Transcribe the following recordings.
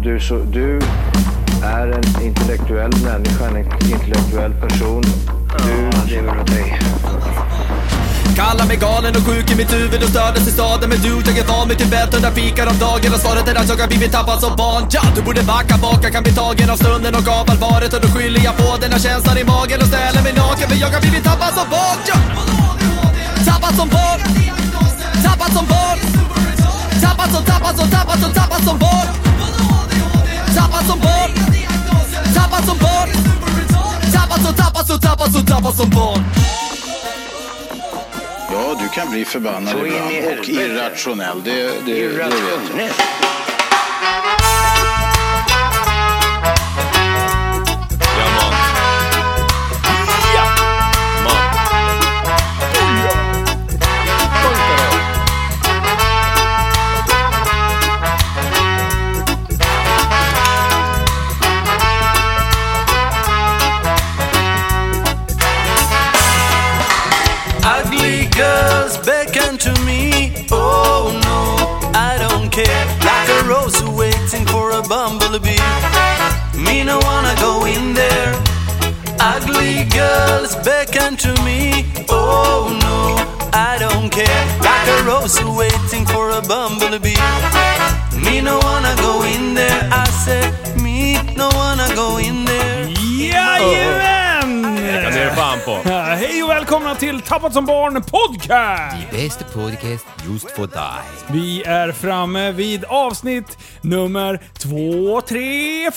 Du är en intellektuell människa, en intellektuell person. Du lever åt dig. Kallar mig galen och sjuk i mitt huvud och stördes i staden. Men du, jag är van vid Tibet under fikar om dagen. Och svaret är att jag har blivit tappad som barn. Ja, du borde backa bak, jag kan bli tagen av stunden och av allvaret. Och då skyller jag på den här känslan i magen och ställer mig naken. För jag har blivit tappad som barn. Ja. Tappad som barn. Tappad som barn. Tappad som barn. Tappad som barn. Tappad som barn. Tappad som barn. Ja, du kan bli förbannad ibland och irrationell. Det vet jag. Girls beckon to me, oh no, I don't care. Like a rose waiting for a bumblebee. Me no wanna go in there. Ugly girls beckon to me, oh no, I don't care. Like a rose waiting for a bumblebee. Me no wanna go in there. I said, me no wanna go in there. Jajamän! Jag ser fan på. Hej och välkomna till Tappat som barn podcast! Bästa podcast just för dig. Vi är framme vid avsnitt nummer 2, 3,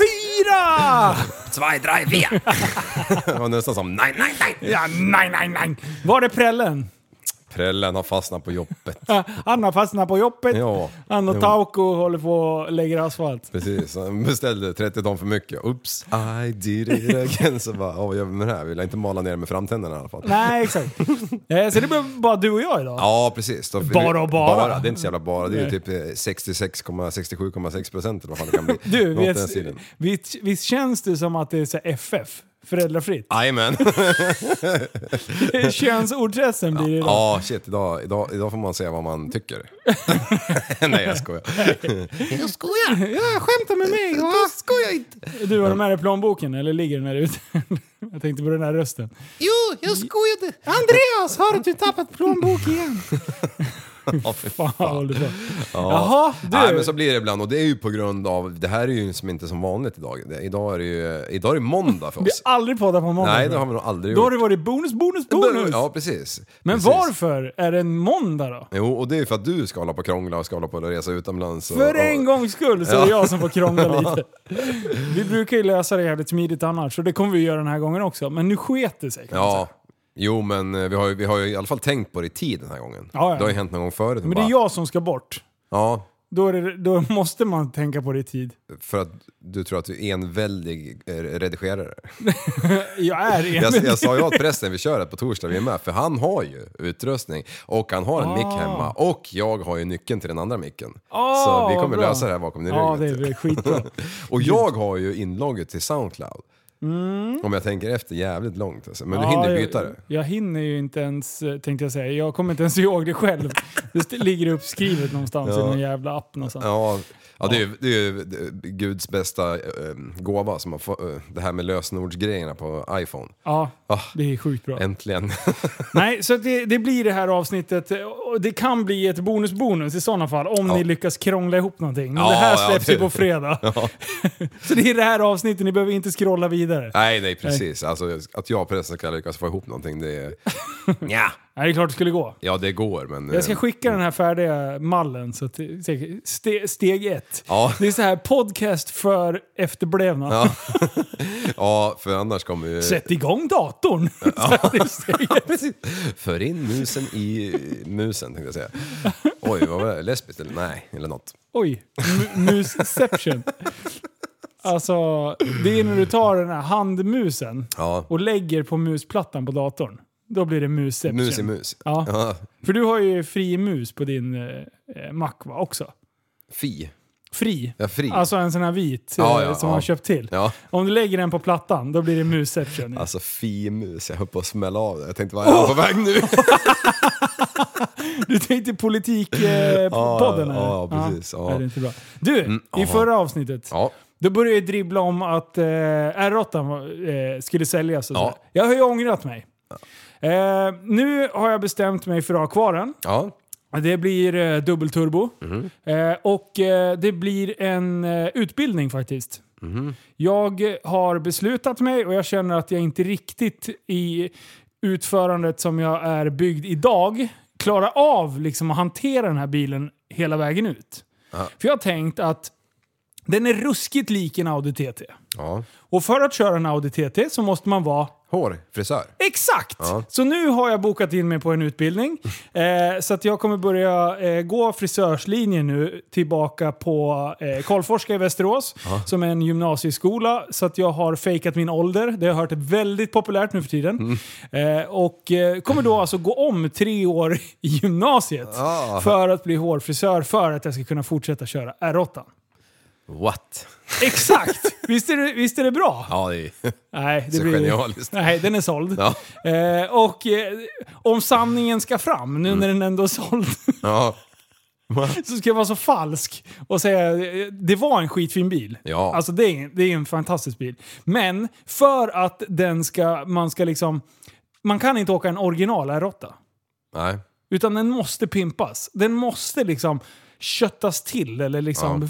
4! 2, 3, 4. Det var nästan som nej. Ja, nej. Var är prällen? Prällen har fastnat på jobbet. Han har fastnat på jobbet. Ja. Han och Tauko håller på och lägger asfalt. Precis, han beställde 30 ton för mycket. Oops, I did it again. Så bara, vad gör vi med det här? Vill jag inte mala ner med framtänderna i alla fall. Nej, exakt. Så det blir bara du och jag idag. Ja, precis. Bara. Det är inte så jävla bara. Det är ju typ 66,67,6% vad fan det kan bli. Du, visst känns det som att det är så FF? Föräldrafritt. Jajamän. Könsordstressen blir det idag. Ja, shit. Idag får man säga vad man tycker. Nej, jag skojar. Jag skojar. Jag skämtar med mig. Jag skojar inte. Du, har du med dig plånboken eller ligger den här ute? Jag tänkte på den här rösten. Jo, jag skojade. Andreas, har du tappat plånbok igen? Fan. Jaha, du. Nej, men så blir det ibland. Och det är ju på grund av, det här är ju som inte som vanligt idag. Idag är det måndag för oss. Vi har aldrig poddat på måndag. Nej, det har vi nog aldrig gjort. Då har det varit bonus. Ja, precis. Men varför är det en måndag då? Jo, och det är för att du ska hålla på och krångla och ska hålla på att resa utomlands. För en gångs skull så är det jag som får krångla lite. Vi brukar ju lösa det jävligt smidigt annars. Så det kommer vi göra den här gången också. Men nu sket det sig. Ja. Jo, men vi har ju i alla fall tänkt på det i tid den här gången. Ja. Det har ju hänt någon gång förut. Men det är jag som ska bort. Ja. Då måste man tänka på det i tid. För att du tror att du är en väldig redigerare. Jag är en. Jag sa ju åt prästen vi kör på torsdag vi är med. För han har ju utrustning. Och han har en mick hemma. Och jag har ju nyckeln till den andra micken. Så vi kommer lösa det här bakom din rygg. Ja, det blir skitbra. Och jag har ju inlogget till SoundCloud. Om jag tänker efter jävligt långt alltså. Men du hinner byta det. Jag hinner ju inte ens, tänkte jag säga. Jag kommer inte ens ihåg det själv. Det ligger uppskrivet någonstans i någon jävla app någonstans. Ja, det är ju Guds bästa gåva som det här med lösenordsgrejerna på iPhone. Ja, det är sjukt bra. Äntligen. Nej, så det blir det här avsnittet. Och det kan bli ett bonus i sådana fall. Om ni lyckas krångla ihop någonting. Men det här släpps ju på fredag. Ja. Så det är det här avsnittet. Ni behöver inte scrolla vidare. Nej, precis. Alltså, att jag pressen ska lyckas få ihop någonting, det är... Ja. Nej, det är klart det skulle gå. Ja, det går, men... Jag ska skicka den här färdiga mallen. Så steg 1. Ja. Det är så här podcast för efterblivna. Ja, ja, för annars kommer ju... Sätt igång datorn. Ja. För in musen i musen, tänkte jag säga. Oj, vad var det? Lesbiskt eller? Nej, eller något. Oj, musception. Alltså, det är när du tar den här handmusen och lägger på musplattan på datorn. Då blir det musception. Mus i mus. Ja. För du har ju fri mus på din Mac, va, också? Fri. Ja, fri. Alltså en sån här vit som man har köpt till. Ja. Om du lägger den på plattan, då blir det musception. Alltså fi-mus, jag höll på att smälla av det. Jag tänkte, vad är jag på väg nu? Du tänkte politikpodden här. Ja, precis. Ja. Det är inte bra. Du, i förra avsnittet, då började jag dribbla om att R8 skulle säljas. Och så. Jag har ju ångrat mig. Nu har jag bestämt mig för att ha kvar den. Ja. Det blir dubbelturbo. Och det blir en utbildning faktiskt. Jag har beslutat mig och jag känner att jag inte riktigt i utförandet som jag är byggd idag klarar av liksom att hantera den här bilen hela vägen ut. För jag har tänkt att den är ruskigt lik en Audi TT. Ja. Och för att köra en Audi TT så måste man vara hårfrisör. Exakt! Ja. Så nu har jag bokat in mig på en utbildning. Så att jag kommer börja gå frisörslinjen nu tillbaka på Karlforska i Västerås. Som är en gymnasieskola. Så att jag har fejkat min ålder. Det har jag hört är väldigt populärt nu för tiden. Och kommer då alltså gå om 3 år i gymnasiet. För att bli hårfrisör. För att jag ska kunna fortsätta köra R8. What? Exakt! Visst är det bra? Ja, det är nej, det så blir genialiskt. Nej, den är såld. Ja. Om sanningen ska fram, nu när den ändå är såld, så ska jag vara så falsk och säga det var en skitfin bil. Ja. Alltså det är en fantastisk bil. Men för att man kan inte åka en original R8. Nej. Utan den måste pimpas. Den måste liksom köttas till eller liksom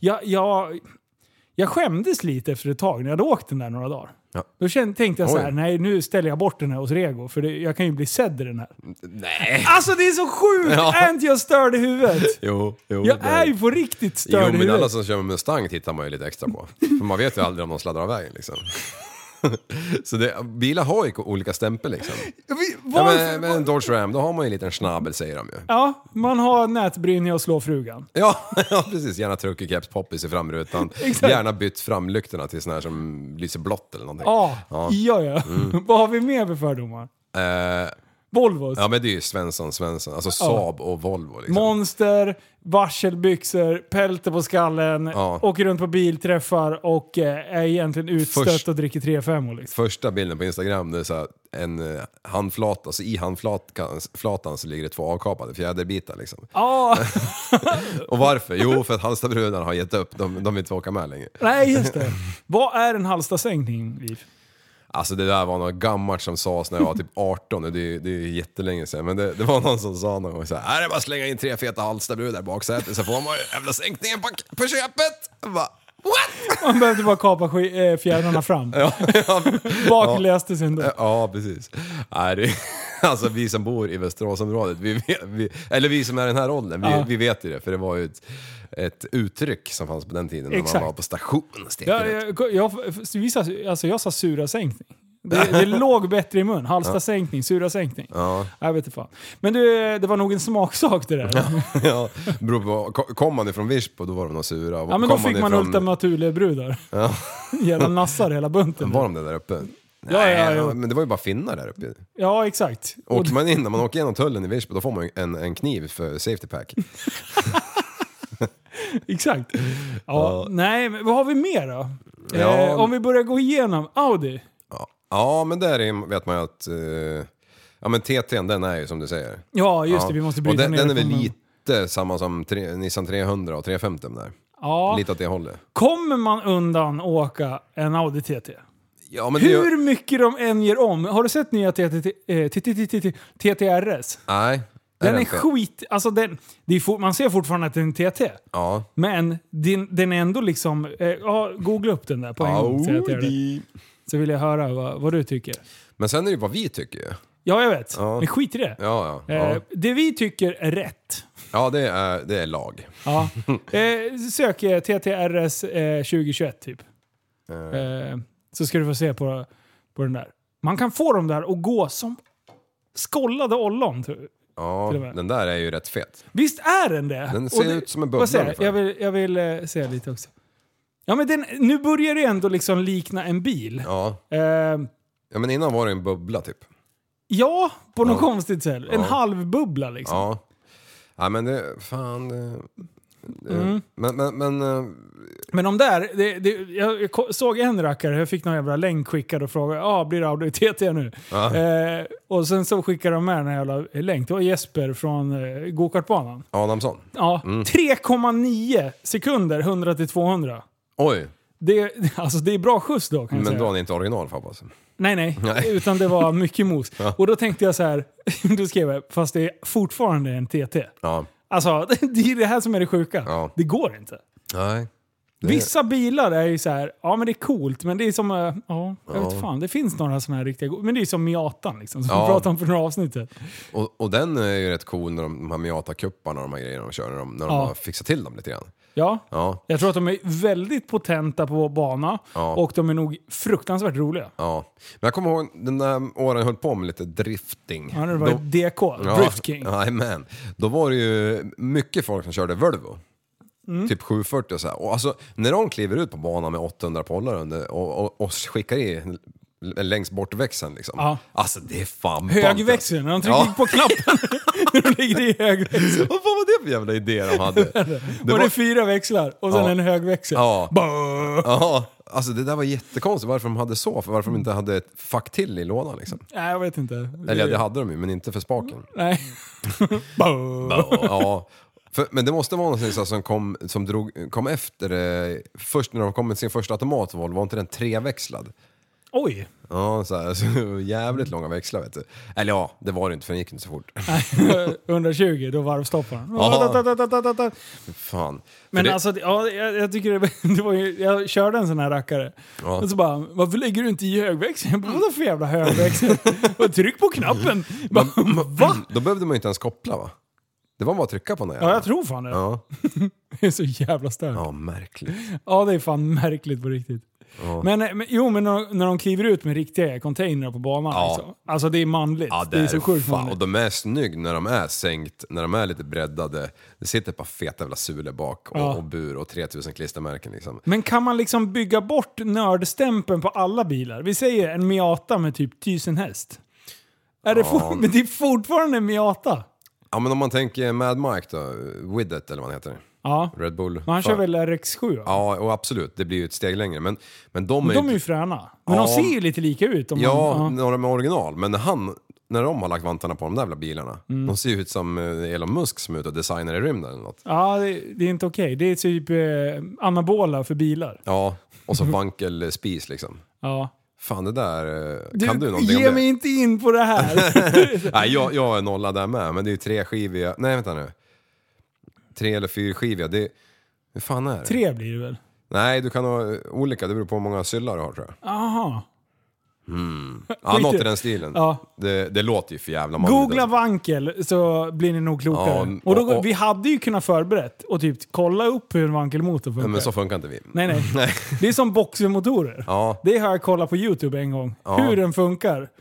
jag skämdes lite efter ett tag när jag hade åkt den där några dagar. Ja. Då tänkte jag så här: nej, nu ställer jag bort den här hos Rego för jag kan ju bli sedd i den här. Nej. Alltså det är så sjukt! Är inte jag störd i huvudet? Jo, jag är ju på riktigt störd i huvudet. Men alla som kör med Mustang tittar man ju lite extra på. För man vet ju aldrig om de sladdar av vägen liksom. Så bilar har ju olika stämpel liksom. Men en Dodge Ram, då har man ju en liten snabel, säger de ju. Ja, man har nätbrynja och slår frugan. Ja, precis. Gärna truckerkeps, poppis i framrutan. Gärna bytt framlyktorna till sån här som lyser blått eller någonting. Ja. Vad har vi mer för fördomar? Volvos. Ja, men det är ju Svensson. Alltså Saab och Volvo liksom. Monster, varselbyxor, pelter på skallen, åker runt på bilträffar och är egentligen utstött och dricker 3-5 liksom. Första bilden på Instagram, det är så här, en handflata, alltså i handflatan så ligger det 2 avkapade fjäderbitar liksom. Och varför? Jo, för att Halstadbrudarna har gett upp. De vill inte åka med längre. Nej, just det. Vad är en Halstadsänkning, Liv? Alltså det där var något gammalt som sades när jag var typ 18. Det är jättelänge sedan. Men det var någon som sa någon gång så här: är det bara slänga in 3 feta Halstadbrudar baksätet så får man ju jävla sänkningen på köpet. Jag bara, what? Man behövde bara kapa fjädrarna fram. Bak läste sig ändå. Ja, precis. Nej, alltså vi som bor i Västeråsområdet, vi som är den här åldern, vi vet ju det. För det var ju ett uttryck som fanns på den tiden när man var på stationen. Jag sa sura sänkning. Det låg bättre i mun. Halstasänkning, sura sänkning. Ja. Jag vet inte fan. Men det var nog en smaksak det där. Ja. Kom man ifrån Virsbo, då var de nog sura. Ja, men då fick man ultimaturliga brudar. Ja. Jävla nassar hela bunten. Var de där uppe? Ja. Men det var ju bara finnar där uppe. Ja, exakt. När man åker igenom tullen i Virsbo, då får man ju en kniv för safety pack. Exakt. Nej, men vad har vi mer då? Om vi börjar gå igenom Audi. Ja, men där vet man ju att men TT:n, den är ju som du säger. Ja, just det, vi måste bryta ner. Den är väl lite samma som Nissan 300 och 350 där. Ja. Lite åt det hållet. Kommer man undan åka en Audi TT? Ja, men hur mycket de än ger om. Har du sett nya TTRS? Nej. Den är skit. Alltså man ser fortfarande att det är en TT. Ja. Men den är ändå liksom... googla upp den där på en gång. Så vill jag höra vad du tycker. Men sen är det vad vi tycker. Ja, jag vet. Men skit i det. Ja. Det vi tycker är rätt. Ja, det är lag. Ja. Sök TTRS 2021 typ. Så ska du få se på den där. Man kan få dem där och gå som skollade ollon. Ja, den där är ju rätt fet. Visst är den det? Den ser ut som en bubbla. Jag vill se lite också. Ja, men nu börjar det ändå liksom likna en bil. Ja. Ja, men innan var det en bubbla typ. Ja, på något konstigt sätt. En halv bubbla liksom. Ja. Ja, men Men de där, jag såg en rackare, jag fick någon jävla länk skickad och frågade, blir det Audi TT nu? Och sen så skickade de med den här jävla länk. Det var Jesper från Gokartbanan. Adamsson? Ja, 3,9 sekunder 100-200. Oj. Det är bra skjuts då, kan jag säga. Men då är det inte original, hoppas. Nej. Utan det var mycket mos. Ja. Och då tänkte jag så här, då skrev jag, fast det är fortfarande en TT. Ja. Alltså, det är det här som är det sjuka. Ja. Det går inte. Nej. Vissa bilar är ju så här, men det är coolt, men det är som, jag vet fan, det finns några såna här riktiga, men det är som Miatan liksom, som vi pratade om för några avsnittet. Och den är ju rätt cool när de här Miata-kupparna och de här grejerna de kör, när de har fixat till dem lite grann. Ja, jag tror att de är väldigt potenta på bana och de är nog fruktansvärt roliga. Ja, men jag kommer ihåg den där åren jag höll på med lite drifting. Ja, det var DK, Drift King. Ja, men då var det ju mycket folk som körde Volvo. Typ 740 och så här. Och alltså, när de kliver ut på banan med 800 pollar under och skickar i längst bort växeln liksom. Ja. Alltså det är fan högväxeln, när de trycker på knappen. När de ligger i högväxeln. Vad var det för jävla idé de hade? Det var 4 växlar och sen en högväxel. Ja, alltså det där var jättekonstigt varför de hade så. För varför de inte hade ett fack till i lådan liksom. Nej, jag vet inte. Eller det hade de ju, men inte för spaken. Nej. Ja. Men det måste vara någonting som kom efter först när de kom med sin första automatval, var inte den 3-växlad? Oj! Ja, så jävligt långa växlar, vet du. Eller ja, det var det inte, för den gick inte så fort. 120, då varvstopparen. Fan. Men alltså, jag tycker det var ju, jag körde en sån här rackare. Ja. Och så bara, varför lägger du inte i högväxeln? Vadå för jävla högväxel? Tryck på knappen. Va? Då behövde man ju inte ens koppla, va? Det var bara att trycka på den. Ja, jag tror fan det. Ja. Det är så jävla stört. Ja, märkligt. Ja, det är fan märkligt på riktigt. Ja. Men när de kliver ut med riktiga containrar på banan. Ja. Liksom. Alltså det är manligt. Ja, det är så sjukt manligt. Och de är snygg när de är sänkt, när de är lite breddade. Det sitter ett par feta jävla sulor bak och bur och 3000 klistermärken liksom. Men kan man liksom bygga bort nördstämpeln på alla bilar? Vi säger en Miata med typ 1000 häst. Men det är fortfarande en Miata. Ja, men om man tänker Mad Mike då, Widget eller vad han heter. Ja. Red Bull. Man kör väl RX7? Ja, och absolut. Det blir ju ett steg längre. Men de är ju fräna. Men de ser ju lite lika ut. När de är original. Men när de har lagt vantarna på de där jävla bilarna. De ser ut som Elon Musk som är ute och designar i rymden eller något. Ja, det är inte okej. Det är typ anabola för bilar. Ja, och så vankelspis liksom. Ja. Fan, det där... Kan du någonting om det? Ge mig inte in på det här. Nej, jag är nollad där med. Men det är ju 3-skiviga... Nej, vänta nu. 3 eller 4-skiviga. Hur fan är det? 3 blir det väl? Nej, du kan ha olika. Det beror på hur många syllar du har, tror jag. Aha. Ja, något i den stilen. Ja. Det låter ju för jävla man. Googla vankel så blir ni nog klokare. Ja, och vi hade ju kunnat förberett och typ kolla upp hur en vankelmotor funkar. Men så funkar inte vi. Nej. Det är som boxermotorer. Ja. Det har jag kollat på YouTube en gång. Ja. Hur den funkar.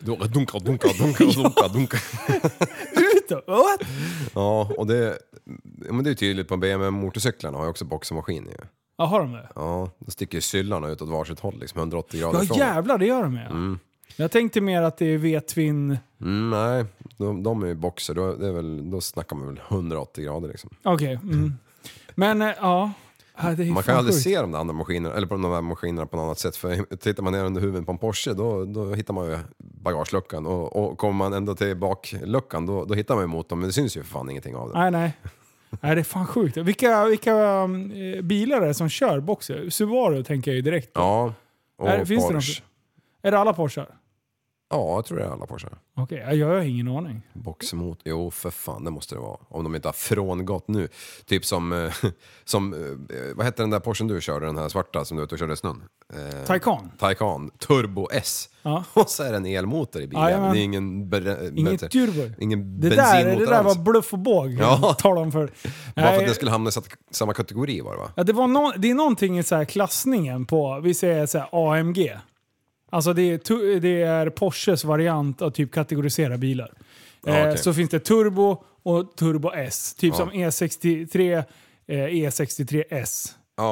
Dunka. Ut då? What? Ja, och det är tydligt på BMW-motorcyklarna har ju också boxermaskin i. Ja, har de det? Ja, då sticker syllarna ut åt varsitt håll liksom 180 grader ifrån. Ja, jävlar, det gör de ju. Jag tänkte mer att det är V-twin. Nej, de är ju boxer. Då snackar man väl 180 grader liksom. Okej. Men ja, man kan aldrig se de andra maskinerna eller på de här maskinerna på något annat sätt. För tittar man ner under huvudet på en Porsche då hittar man ju bagageluckan. Och kommer man ändå till bakluckan då hittar man ju motorn. Men det syns ju för fan ingenting av det. Nej. Nej, det är fan sjukt. Vilka bilar är det som kör boxer? Subaru tänker jag ju direkt på. Ja, och finns Porsche. Är det alla Porsche? Ja, jag tror det är alla Porsche. Okej, jag har ingen aning. Boxemot, jo för fan, det måste det vara. Om de inte har frångått nu. Typ som vad heter den där Porschen du körde, den här svarta som du ute och körde i snön? Taycan, Turbo S. Ja. Och så är det en elmotor i bilen. Ja, det är ingen turbo. Ingen det där var bluff och båg. Ja. Tar de för. Bara för att den skulle hamna i samma kategori var det, va? Ja, det är någonting i så här klassningen på, vi säger så här AMG. Alltså det är Porsches variant att typ kategorisera bilar. Okay. Så finns det Turbo och Turbo S. Typ som E63, E63 S.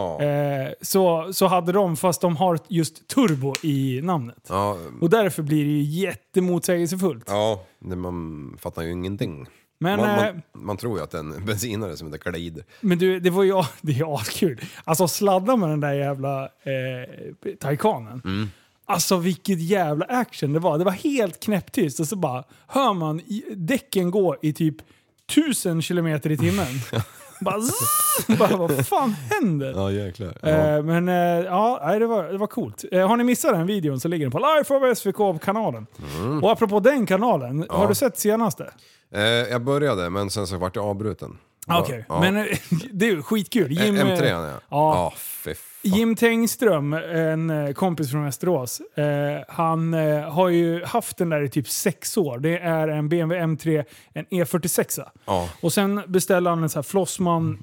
Så hade de, fast de har just Turbo i namnet. Och därför blir det ju jättemotsägelsefullt. Ja, man fattar ju ingenting. Men, man tror ju att en bensinare som inte glider. Men du, det är askul. Alltså sladda med den där jävla Taycanen. Alltså vilket jävla action det var. Det var helt knäpptyst och så bara hör man däcken gå i typ 1000 kilometer i timmen. bara vad fan händer? Ja, jäklar. Men det var coolt. Har ni missat den videon så ligger den på Life of SVK-kanalen. Och apropå den kanalen, har du sett senaste? Jag började, men sen så vart jag avbruten. Okej, men det är skitkul. M3, ja. Jim Tengström, en kompis från Västerås, han har ju haft den där i typ 6 år. Det är en BMW M3, en E46. Ja. Och sen beställde han en sån här Flossman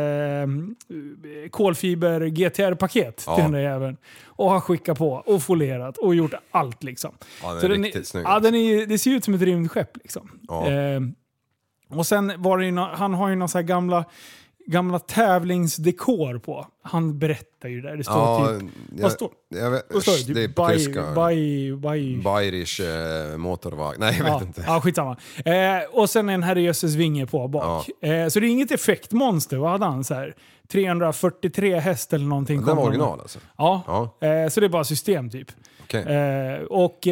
kolfiber GTR-paket till den där jäveln. Och har skickat på och folerat och gjort allt liksom. Ja, den så är riktigt snygg. Ja, det ser ut som ett rymdskepp liksom. Ja. Och sen var det han har ju några så här gamla tävlingsdekor på. Han berättar ju där. Det står typ... Vad står det? Det är på tyska. Bayerisch motorvagn. Nej, jag vet inte. Ja, skitsamma. Och sen en herrejösses vinge på bak. Så det är inget effektmonster. Vad hade han? Så här, 343 häst eller någonting. Den var original alltså? Ja. Så det är bara system typ. Okay.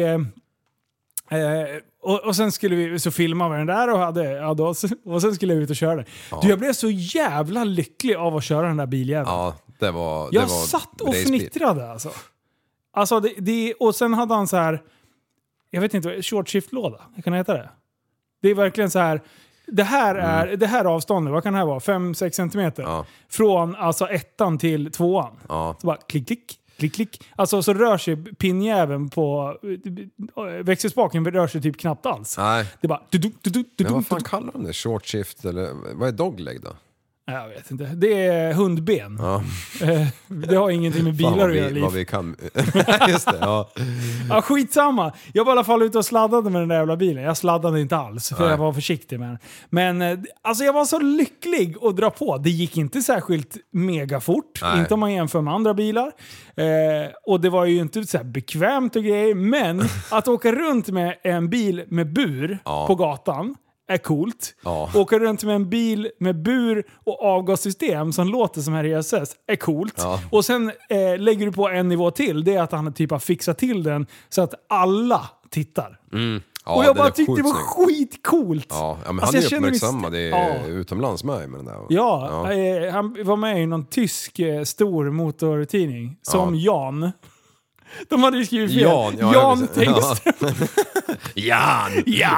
Och sen skulle vi så filma med den där och sen skulle jag ut och köra den. Ja. Jag blev så jävla lycklig av att köra den där biljäveln. Ja, det var jag satt och fnittrade alltså. Alltså och sen hade han så här, jag vet inte, short shift-låda. Jag kan heta det. Det är verkligen så här. Det här avståndet, vad kan det här vara? 5-6 centimeter. Ja. Från alltså 1:an till 2:an. Ja. Så bara klick. Alltså så rör sig pinnjäveln på växelspaken rör sig typ knappt alls. Nej. Det är bara men vad fan kallar de det? Short shift eller vad är dogleg då? Jag vet inte. Det är hundben. Ja. Det har ingenting med bilar att göra. Vad vi kan. Just det, ja. Ja, skitsamma. Jag var i alla fall ute och sladdade med den där jävla bilen. Jag sladdade inte alls för jag var försiktig med den. Men alltså jag var så lycklig att dra på. Det gick inte särskilt megafort. Nej. Inte om man jämför med andra bilar. Och det var ju inte så här bekvämt och grejer. Men att åka runt med en bil med bur på gatan är coolt. Ja. Åka runt med en bil med bur och avgassystem som låter som här ESS är coolt. Ja. Och sen lägger du på en nivå till. Det är att han typ har fixat till den så att alla tittar. Mm. Ja, och jag bara tyckte det var skitcoolt. Ja, men alltså, han är uppmärksammad utomlands med den där. Ja, han var med i någon tysk stor motortidning som Jan. De hade ju skrivit fel. Jan Tengström. Jan.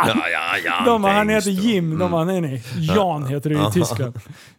Han heter Jim. Nej. Jan heter det i Tyskland.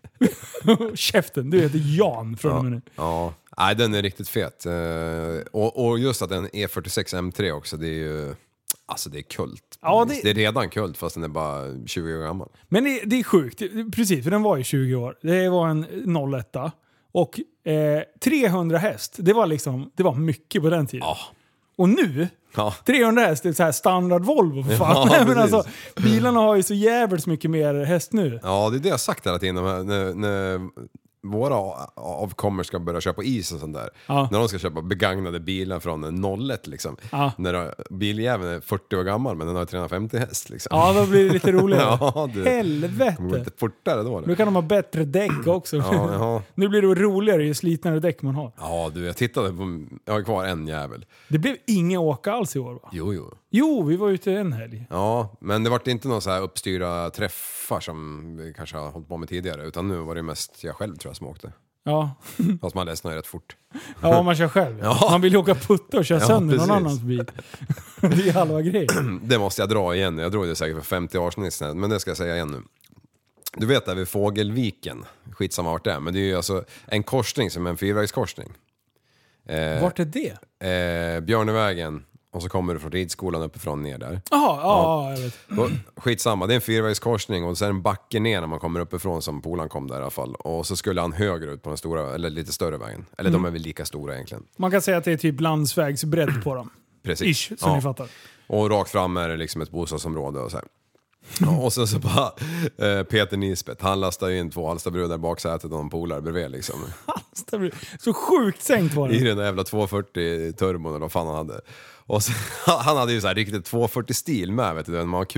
Käften, du heter Jan från och med nu. Ja. Nej, den är riktigt fet. Och just att den E46 M3 också, det är ju... Alltså det är kult. Ja, det är redan kult fast den är bara 20 år gammal. Men det är sjukt. Precis, för den var ju 20 år. Det var en 01. Och 300 häst, det var mycket på den tiden. Ja. Och nu, 300 häst, det är så här standard Volvo för fan. Ja, men alltså, bilarna har ju så jävligt mycket mer häst nu. Ja, det är det jag sagt hela tiden. När våra avkommor ska börja köpa is och sånt där. Ja. När de ska köpa begagnade bilar från 01 liksom. Ja. När biljäveln är 40 år gammal men den har 350 häst liksom. Ja, då blir det lite roligare. Ja, helvete. Det går lite fortare då. Nu kan de ha bättre däck också. Ja. Nu blir det roligare ju slitnare däck man har. Ja, jag tittade på, jag har kvar en jävel. Det blev ingen åka alls i år va? Jo, vi var ute en helg. Ja, men det var inte någon så här uppstyrda träffar som vi kanske har hållit på med tidigare. Utan nu var det mest jag själv tror jag som åkte. Ja. Fast man ledsnar ju rätt fort. Ja, man kör själv. Ja. Man vill ju åka putta och köra sönder någon annans bil. Det är halva grejen. Det måste jag dra igen. Jag drog det säkert för 50 år sedan. Men det ska jag säga igen nu. Du vet där vid Fågelviken. Skitsamma vart det är. Men det är ju alltså en korsning som är en fyrvägskorsning. Vart är det? Björnevägen. Och så kommer du från ridskolan uppifrån ner där. Ja, jag vet. Skitsamma, det är en fyrvägskorsning och så är det en backe ner när man kommer uppifrån som Polan kom där i alla fall. Och så skulle han höger ut på den stora, eller lite större vägen. Eller de är väl lika stora egentligen. Man kan säga att det är typ landsvägsbredd på dem. Precis. Ish, som ni fattar. Och rakt fram är det liksom ett bostadsområde och så här. Och så bara Peter Nisbet, han lastar in 2 Halstabröder baksätet och de polare bredvid liksom. Så sjukt sänkt var det. I den där jävla 240 turbon eller vad fan han hade. Och så, han hade ju så här riktigt 240 stil med, vet du, man har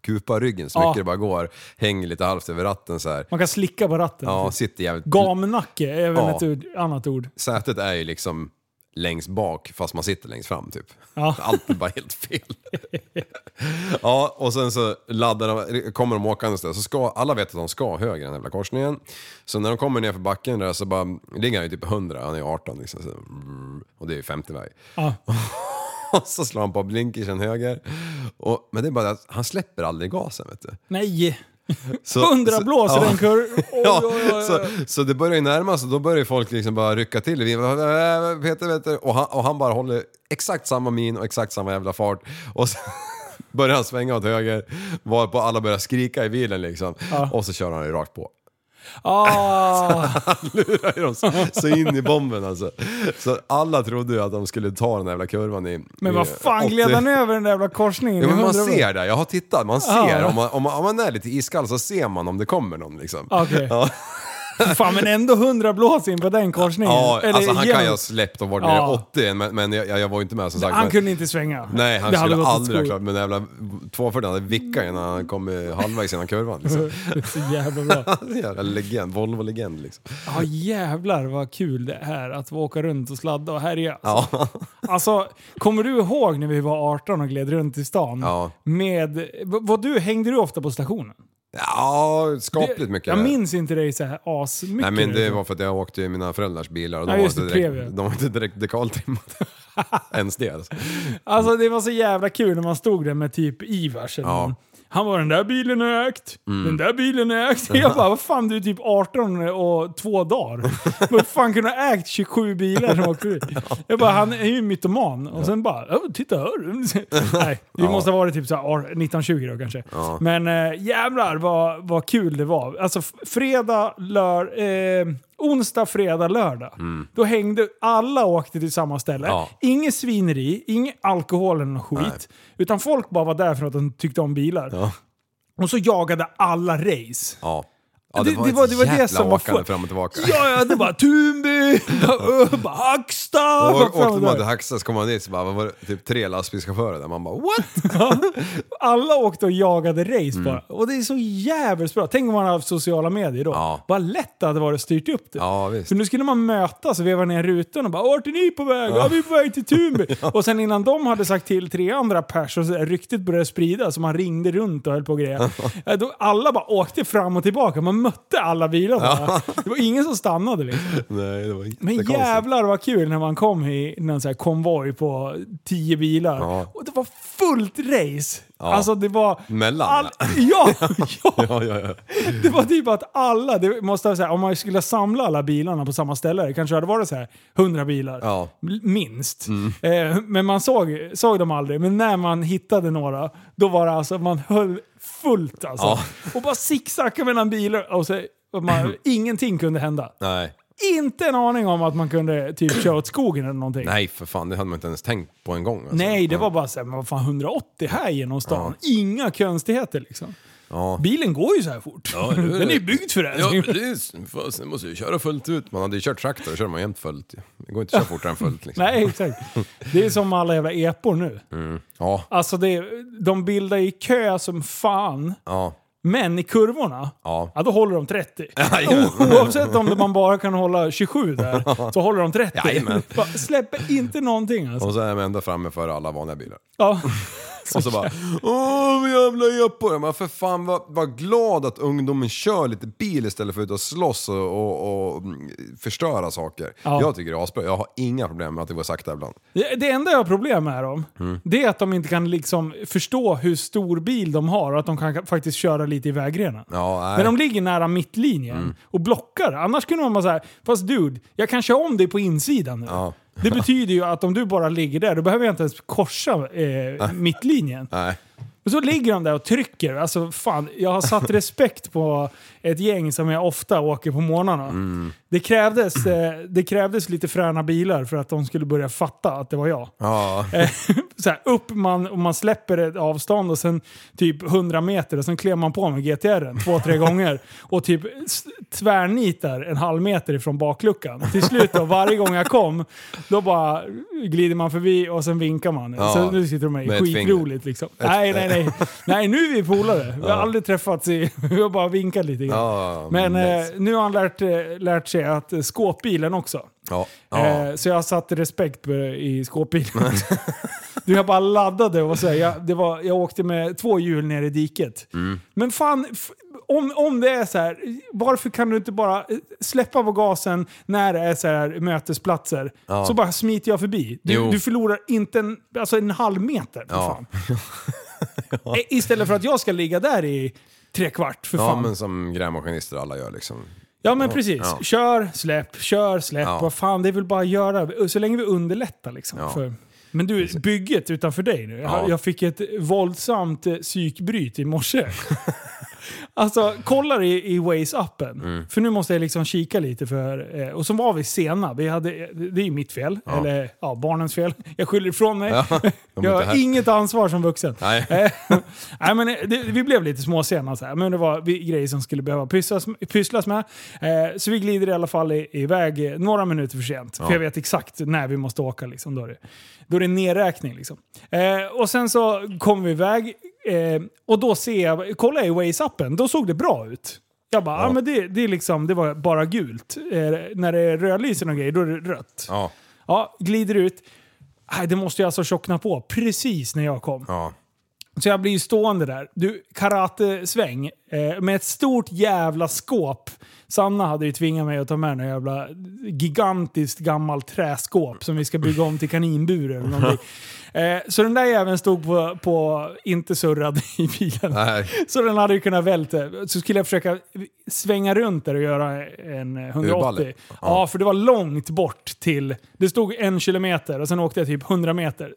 kupa ryggen så mycket det bara går. Hänger lite halvt över ratten så här. Man kan slicka på ratten. Ja, sitter jävligt... Gamnacke är väl ett annat ord. Sätet är ju liksom längst bak fast man sitter längst fram typ. Ja. Allt är bara helt fel. Ja, och sen så kommer de åkande så ska alla vet att de ska höger den jävla korsningen. Så när de kommer ner för backen där så bara ligger han ju typ 100, han är 18 liksom, så, och det är ju 50-väg. Ja. Och så slår han på blinkersen höger. Men det är bara att han släpper aldrig gasen, vet du. Nej. Så, 100 blåser den kurv. Så det börjar ju närma sig. Då börjar ju folk liksom bara rycka till. Peter. Och han bara håller exakt samma min och exakt samma jävla fart. Och så börjar han svänga åt höger. Varpå alla börjar skrika i bilen liksom. Och så kör han ju rakt på. Han lurar ju dem så in i bomben alltså. Så alla trodde ju att de skulle ta den jävla kurvan i. Men vad fan, gled han över den jävla korsningen? Ja, men man ser det, jag har tittat, man ser om man är lite iskall så ser man om det kommer någon liksom. Okej. Ja. Fan, men ändå 100 blås in på den korsningen. Ja, eller alltså han kan ju ha släppt och varit nere 80, men jag var ju inte med som sagt. Han kunde inte svänga. Nej, han skulle aldrig ha klart, men jävla 240 hade vickat när han kom halvvägs innan kurvan liksom. Det är så jävla bra. Jävla legend, Volvo-legend liksom. Ja, jävlar vad kul det är att åka runt och sladda och härja. Alltså. Alltså, kommer du ihåg när vi var 18 och gled runt i stan? Ja. Hängde du ofta på stationen? Ja, skapligt mycket. Jag minns inte dig så här asmycket. Nej, men det var för att jag åkte i mina föräldrars bilar och de var inte direkt dekaltrimmade. Ens det. Alltså det var så jävla kul när man stod där med typ Ivars eller någon. Han var den där bilen är ägt. Den där bilen är ägt. Jag bara, vad fan, du är typ 18 och 2 dagar. Vad fan kunde ha ägt 27 bilar som åkte ut? Jag bara, han är ju mytoman. Och sen bara, titta här. Nej, det måste ha varit typ så här 1920 då kanske. Ja. Men jävlar vad kul det var. Alltså onsdag, fredag, lördag. Då hängde alla, åkte till samma ställe. Ja. Ingen svineri, ingen alkohol eller någon skit. Nej. Utan folk bara var där för att de tyckte om bilar. Ja. Och så jagade alla race. Ja. Ja, det var det som var fram och tillbaka. Ja, det var Tunby, bara Hacksta. Och åkte man till Hacksta så kom man dit så bara, var det typ 3 lastbilschaufförer där. Man bara, what? Ja, alla åkte och jagade race bara. Och det är så jävligt bra. Tänk om man hade haft sociala medier då. Ja. Vad lätt det hade varit styrt upp det. Ja, visst. För nu skulle man mötas och veva ner rutan och bara, vart är ni på väg? Ja, vi är på väg till Tunby. Och sen innan de hade sagt till 3 andra pers och så ryktet började sprida så man ringde runt och höll på grejer. Då alla bara åkte fram och tillbaka. Man mötte alla bilar. Ja. Det var ingen som stannade liksom. Nej, det var inte. Men jävlar vad kul när man kom i någon så här konvoj på 10 bilar. Ja. Och det var fullt race. Ja. Alltså det var... Mellan? Ja. Ja. Det var typ att alla... Det måste jag säga, om man skulle samla alla bilarna på samma ställe, det kanske hade varit så här 100 bilar. Ja. Minst. Men man såg dem aldrig. Men när man hittade några, då var det alltså... Man höll fullt alltså. Ja. Och bara zigzacka mellan bilar. Och så, ingenting kunde hända. Nej. Inte en aning om att man kunde typ köra åt skogen eller någonting. Nej, för fan, det hade man inte ens tänkt på en gång. Alltså. Nej, det var bara så här, men vad fan, 180 här genom stan. Ja. Inga konstigheter liksom. Ja. Bilen går ju så här fort. Ja, den är byggd för det. Ja, precis. Man måste ju köra fullt ut. Man hade ju kört traktor och kör man jämt fullt. Det går inte att köra fortare än fullt. Liksom. Nej, exakt. Det är som alla jävla epor nu. Ja. Alltså, de bildar ju kö som fan. Ja. Men i kurvorna, då håller de 30. Oavsett om man bara kan hålla 27 där, så håller de 30. Släpper inte någonting. Alltså. Och så är de ända framme för alla vanliga bilar. Ja. Och så bara, jävla epor. Men för fan, var glad att ungdomen kör lite bil istället för att slåss och förstöra saker. Ja. Jag tycker det är asbra. Jag har inga problem med att det går sakta ibland. Det enda jag har problem med dem, det är att de inte kan liksom förstå hur stor bil de har och att de kan faktiskt köra lite i vägrenen. Ja, men de ligger nära mittlinjen och blockar. Annars kunde man bara säga, fast dude, jag kan köra om dig på insidan nu. Ja. Det betyder ju att om du bara ligger där, då behöver jag inte ens korsa mittlinjen. Nej. Och så ligger de där och trycker. Alltså fan, jag har satt respekt på ett gäng som jag ofta åker på morgnarna. Det krävdes lite fräna bilar för att de skulle börja fatta att det var jag. Ja. Så här, om man släpper ett avstånd och sen typ 100 meter och sen klev man på med GTR:en 2-3 gånger och typ tvärnitar en halv meter ifrån bakluckan. Till slut då, varje gång jag kom, då bara glider man förbi och sen vinkar man. Ja. Så nu sitter de med skitroligt liksom. Nej. Nej, nu är vi polare. Vi har aldrig träffats vi har bara vinkat lite grann. Ja, men nu har han lärt sig att skåpbilen också. Ja. Så jag har satt respekt i skåpbilen. Jag bara laddade och så jag åkte med 2 hjul ner i diket. Men fan, om det är så här, varför kan du inte bara släppa på gasen när det är så här mötesplatser? Så bara smiter jag förbi. Du förlorar inte en halv meter för fan. Istället för att jag ska ligga där i 3/4 för fan. Ja, men som grävmaskinister alla gör liksom. Ja, men precis. Ja. Kör, släpp. Ja. Vad fan, det är väl bara att göra. Så länge vi underlättar liksom. Ja. Men du, bygget utanför dig nu. Jag fick ett våldsamt psykbryt i morse. Alltså, kolla i Waze-appen. För nu måste jag liksom kika lite för... Och så var vi sena. Det är mitt fel. Ja. Eller barnens fel. Jag skyller ifrån mig. Ja, jag har inget ansvar som vuxen. Nej. Nej, men vi blev lite småsena. Så här. Men det var grejer som skulle behöva pysslas med. Så vi glider i alla fall iväg några minuter för sent. För jag vet exakt när vi måste åka. Liksom. Då är det nedräkning. Liksom. Och sen så kommer vi iväg. Och då kollar jag i Waze-appen, då såg det bra ut. Jag bara, men det är liksom, det var bara gult. När det är rödlysen och grejer, då är det rött. Ja, glider ut. Det måste jag alltså tjockna på precis när jag kom. Ja. Så jag blir ju stående där. Du, karatesväng med ett stort jävla skåp. Sanna hade ju tvingat mig att ta med en jävla gigantiskt gammalt träskåp som vi ska bygga om till kaninbur eller någonting. Så den där jäveln stod på inte surrad i bilen. Nej. Så den hade ju kunnat välta. Så skulle jag försöka svänga runt där och göra en 180. Ja, för det var långt bort till... Det stod 1 kilometer och sen åkte jag typ 100 meter.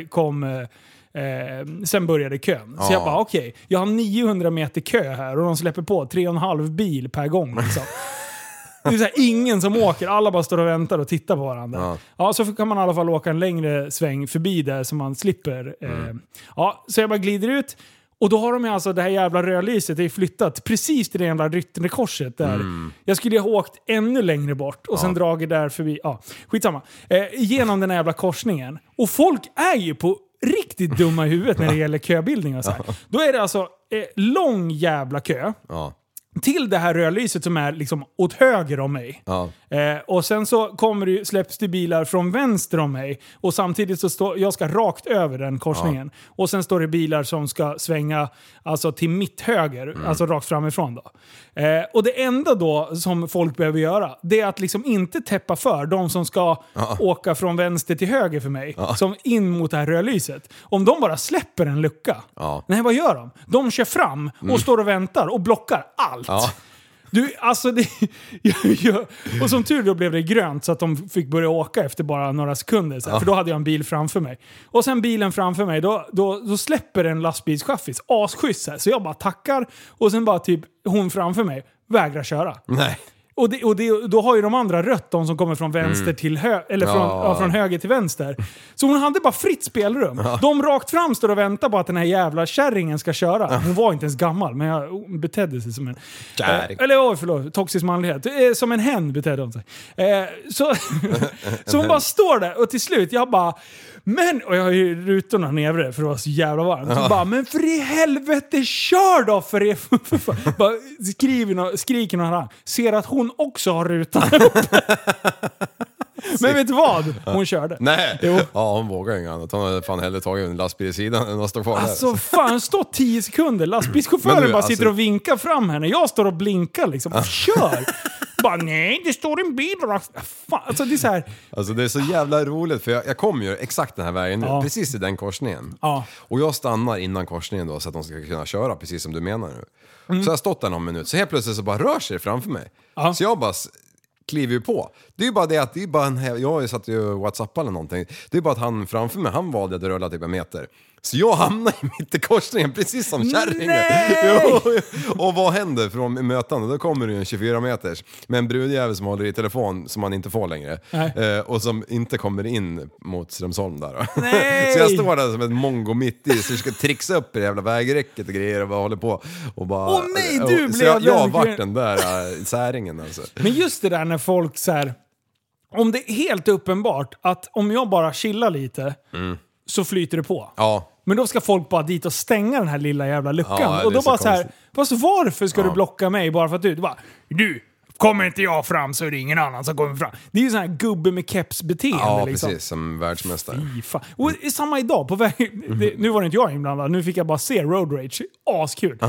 Sen började kön. Så jag bara, okej, jag har 900 meter kö här och de släpper på 3,5 bil per gång. Liksom. Det är så här, ingen som åker, alla bara står och väntar och tittar på varandra. Ja, så kan man i alla fall åka en längre sväng förbi där så man slipper. Så jag bara glider ut. Och då har de alltså det här jävla rödlyset, det är flyttat precis till det jävla rytterkorset där. Jag skulle ha åkt ännu längre bort och sen dragit där förbi. Skitsamma. Genom den här jävla korsningen. Och folk är ju på riktigt dumma i huvudet när det gäller köbildning och så här. Då är det alltså lång jävla kö. Till det här rödlyset som är liksom åt höger om mig. Och sen så släpps det bilar från vänster om mig. Och samtidigt så jag ska rakt över den korsningen. Och sen står det bilar som ska svänga alltså till mitt höger. Alltså rakt framifrån då. Och det enda då som folk behöver göra, det är att liksom inte täppa för de som ska åka från vänster till höger för mig. Som in mot det här rödlyset. Om de bara släpper en lucka. Nej, vad gör de? De kör fram och står och väntar och blockar allt. Du, alltså och som tur då blev det grönt så att de fick börja åka efter bara några sekunder. Så här, för då hade jag en bil framför mig. Och sen bilen framför mig, då släpper en lastbilschaffis asschysst här. Så jag bara tackar och sen bara typ hon framför mig vägrar köra. Nej. Och då har ju de andra rött, de som kommer från vänster till från höger till vänster. Så hon hade bara fritt spelrum. De rakt fram står och väntar på att den här jävla kärringen ska köra. Hon var inte ens gammal, men jag betedde sig som en... toxisk manlighet. Som en hen betedde hon sig. Så hon bara står där och till slut, jag bara... Och jag har ju rutorna nere för det var så jävla varmt. Så bara, men för i helvete, kör då för er. Bara skriker någon annan. Ser att hon också har rutan uppe. Men vet du vad? Hon körde. Nej. Jo. Ja, hon vågar inget annat. Hon hade fan hellre tagit en lastbil i sidan än att stå kvar där. Alltså fan, stå 10 sekunder. Lastbilschauffören bara sitter och vinkar fram henne. Jag står och blinkar liksom. Kör! Bara, nej, det står en bil. Fan, alltså det är så här. Alltså det är så jävla roligt för jag kommer ju exakt den här vägen nu, precis i den korsningen. Och jag stannar innan korsningen då så att de ska kunna köra precis som du menar nu. Så jag har stått där någon minut, så helt plötsligt så bara rör sig det framför mig. Så jag bara kliver ju på. Det är ju bara det att det är bara jag har ju satt ju WhatsApp eller någonting. Det är bara att han framför mig, han valde att rulla typ en meter. Så jag hamnar i mitt i korsningen precis som kärringen. Och vad händer från mötande? Då kommer det ju en 24 meters med en brudjävel som håller i telefon som man inte får längre. Och som inte kommer in mot Strömsholm där. Så jag står där som ett mongo mitt i så jag ska trixa upp i det jävla vägräcket och grejer och bara håller på och bara... så jag har varit den där säringen alltså. Men just det där när folk så här, om det är helt uppenbart att om jag bara chillar lite så flyter det på. Men då ska folk bara dit och stänga den här lilla jävla luckan. Ja, och då bara så här, konstigt. fast varför ska du blocka mig bara för att du bara, kommer inte jag fram så är det ingen annan som kommer fram. Det är ju sån här gubbe med keps-beteende. Ja, liksom. precis. Som världsmästare. Och samma idag, på väg, nu var det inte jag inblandad, nu fick jag bara se Road Rage. Askul.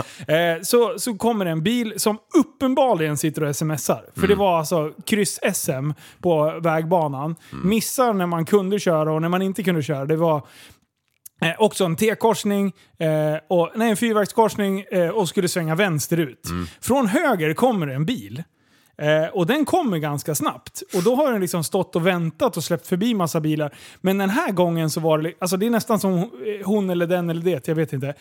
Så kommer en bil som uppenbarligen sitter och smsar. För det var alltså kryss-SM på vägbanan. Missar när man kunde köra och när man inte kunde köra. Det var också en T-korsning, en fyrvägskorsning och skulle svänga vänsterut. Från höger kommer en bil. Och den kommer ganska snabbt. Och då har den liksom stått och väntat och släppt förbi massa bilar. Men den här gången så var det, alltså det är nästan som hon eller den eller det, jag vet inte.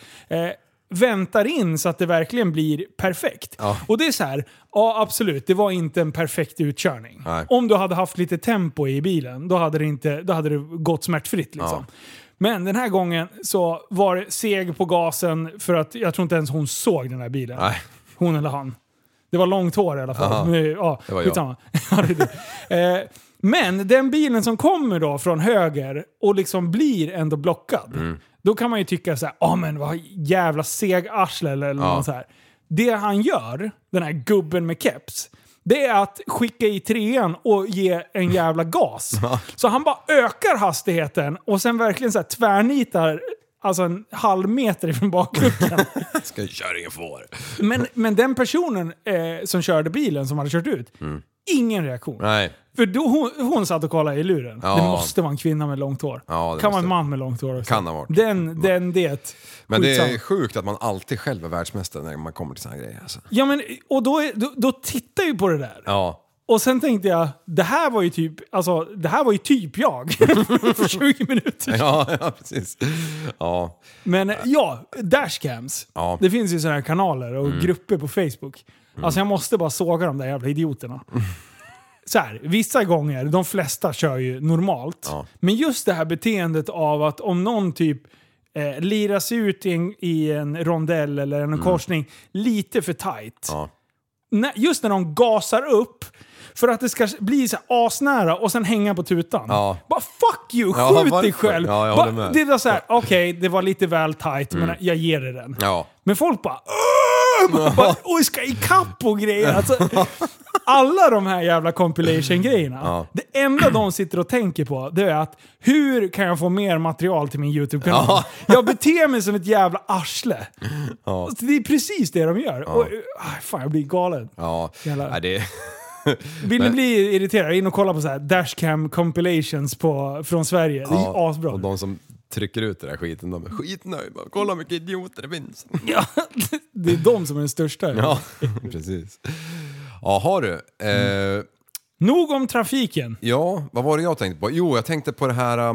Väntar in så att det verkligen blir perfekt. Ja. Och det är så här, ja absolut, det var inte en perfekt utkörning. Nej. Om du hade haft lite tempo i bilen, då hade det gått smärtfritt liksom. Ja. Men den här gången så var det seg på gasen för att jag tror inte ens hon såg den här bilen. Nej. Hon eller han. Det var långt hår i alla fall. Men, ja, det var jag. Ja, det. Men den bilen som kommer då från höger och liksom blir ändå blockad. Då kan man ju tycka så här, men vad jävla seg arsle eller något så här. Det han gör, den här gubben med keps, det är att skicka i trean och ge en jävla gas. Så han bara ökar hastigheten och sen verkligen så här tvärnitar alltså en halv meter ifrån bakluckan. Ska köringen få. Men den personen som körde bilen, som hade kört ut, ingen reaktion. Nej. För då hon satt och kollade i luren. Ja. Det måste vara en kvinna med långt hår. Ja, kan vara en man med långt hår också. Kan ha varit. Det. Men det är sjukt att man alltid själv är världsmästare när man kommer till såna här grejer. Alltså. Ja, men och då tittar ju på det där. Ja. Och sen tänkte jag, det här var ju typ jag. För 20 minuter. Ja, precis. Ja. Men dashcams. Ja. Det finns ju sådana här kanaler och grupper på Facebook. Alltså jag måste bara såga de där jävla idioterna. Så här, vissa gånger, de flesta kör ju normalt. Ja. Men just det här beteendet av att om någon typ liras ut i en rondell eller en korsning lite för tight. Ja. Just när de gasar upp för att det ska bli så här asnära och sen hänga på tutan. Ja. Bara fuck you, skjut dig själv. Ja, jag håller med. Det var så här, okej, det var lite väl tight, men jag ger det den. Ja. Men folk bara ska ikapp och grejer. Alltså, alla de här jävla compilation-grejerna. Ja. Det enda de sitter och tänker på, det är att hur kan jag få mer material till min YouTube-kanal? Ja. Jag beter mig som ett jävla arsle. Ja. Alltså, det är precis det de gör. Ja. Och, fan, jag blir galen. Ja, det... Vill ni bli irriterade? In och kolla på så här dashcam compilations från Sverige. Det är ju asbra. Och de som trycker ut den där skiten, de är skitnöjda. Kolla hur mycket idioter det finns. Ja, det är de som är den största. Ja, precis. Ja, har du. Nog om trafiken. Ja, vad var det jag tänkte på? Jo, jag tänkte på det här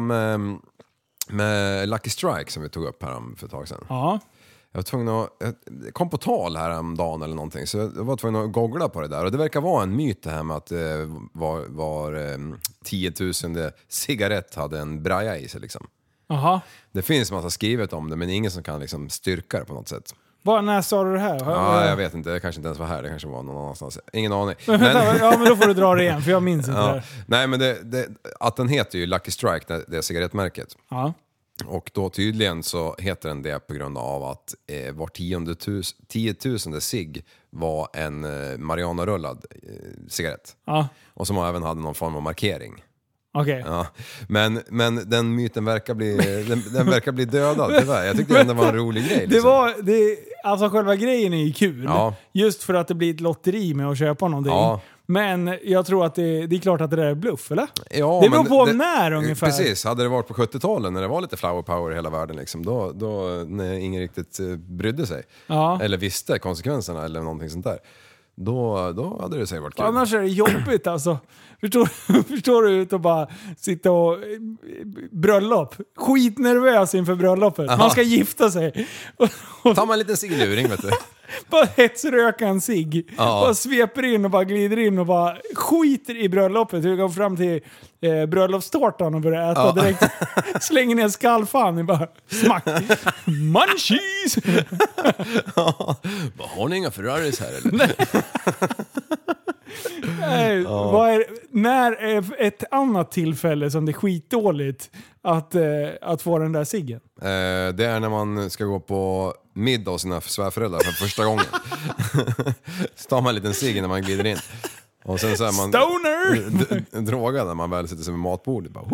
med Lucky Strike som vi tog upp här för ett tag sedan. Ja. Jag var tvungen att, jag kom på tal här om dagen eller någonting, så jag var tvungen att googla på det där. Och det verkar vara en myt det här med att var 10 000 cigarett hade en braja i sig liksom. Aha. Det finns massa skrivet om det, men ingen som kan liksom styrka det på något sätt. När sa du det här? Ja, jag vet inte, det kanske inte ens var här, det kanske var någon annanstans. Ingen aning. Men då får du dra det igen, för jag minns inte det här. Nej, men att den heter ju Lucky Strike, det cigarettmärket. Ja. Och då tydligen så heter den det på grund av att var 10 000 cigg var en Mariana-rullad cigarett. Ja. Och som även hade någon form av markering. Okej. Ja. Men den myten verkar bli dödad, tyvärr. Jag tyckte det var en rolig grej. Liksom. Alltså själva grejen är ju kul. Ja. Just för att det blir ett lotteri med att köpa någonting. Ja. Men jag tror att det är klart att det där är bluff, eller? Ja, det beror på när ungefär. Precis, hade det varit på 70-talet när det var lite flower power i hela världen liksom, då när ingen riktigt brydde sig. Ja. Eller visste konsekvenserna eller någonting sånt där. Då hade det säkert varit kul. Annars är det jobbigt alltså. Förstår du ut och bara sitta och bröllop. Skitnervös inför bröllopet. Aha. Man ska gifta sig. Tar man en liten ciggluring, vet du. Bara hetsröka en cigg. Ja. Bara sveper in och bara glider in och bara skiter i bröllopet. Vi går fram till bröllopstårtan och börjar äta direkt. Slänger ner skallfan och bara smack. Munchies! Ja. Har ni inga Ferraris här eller? Nej. när är ett annat tillfälle som det är skitdåligt att få den där ciggen? Det är när man ska gå på middag hos sina svärföräldrar för första gången. Så tar man en liten cigg när man glider in. Och sen så är man drogad när man väl sitter sig vid matbordet. Bara,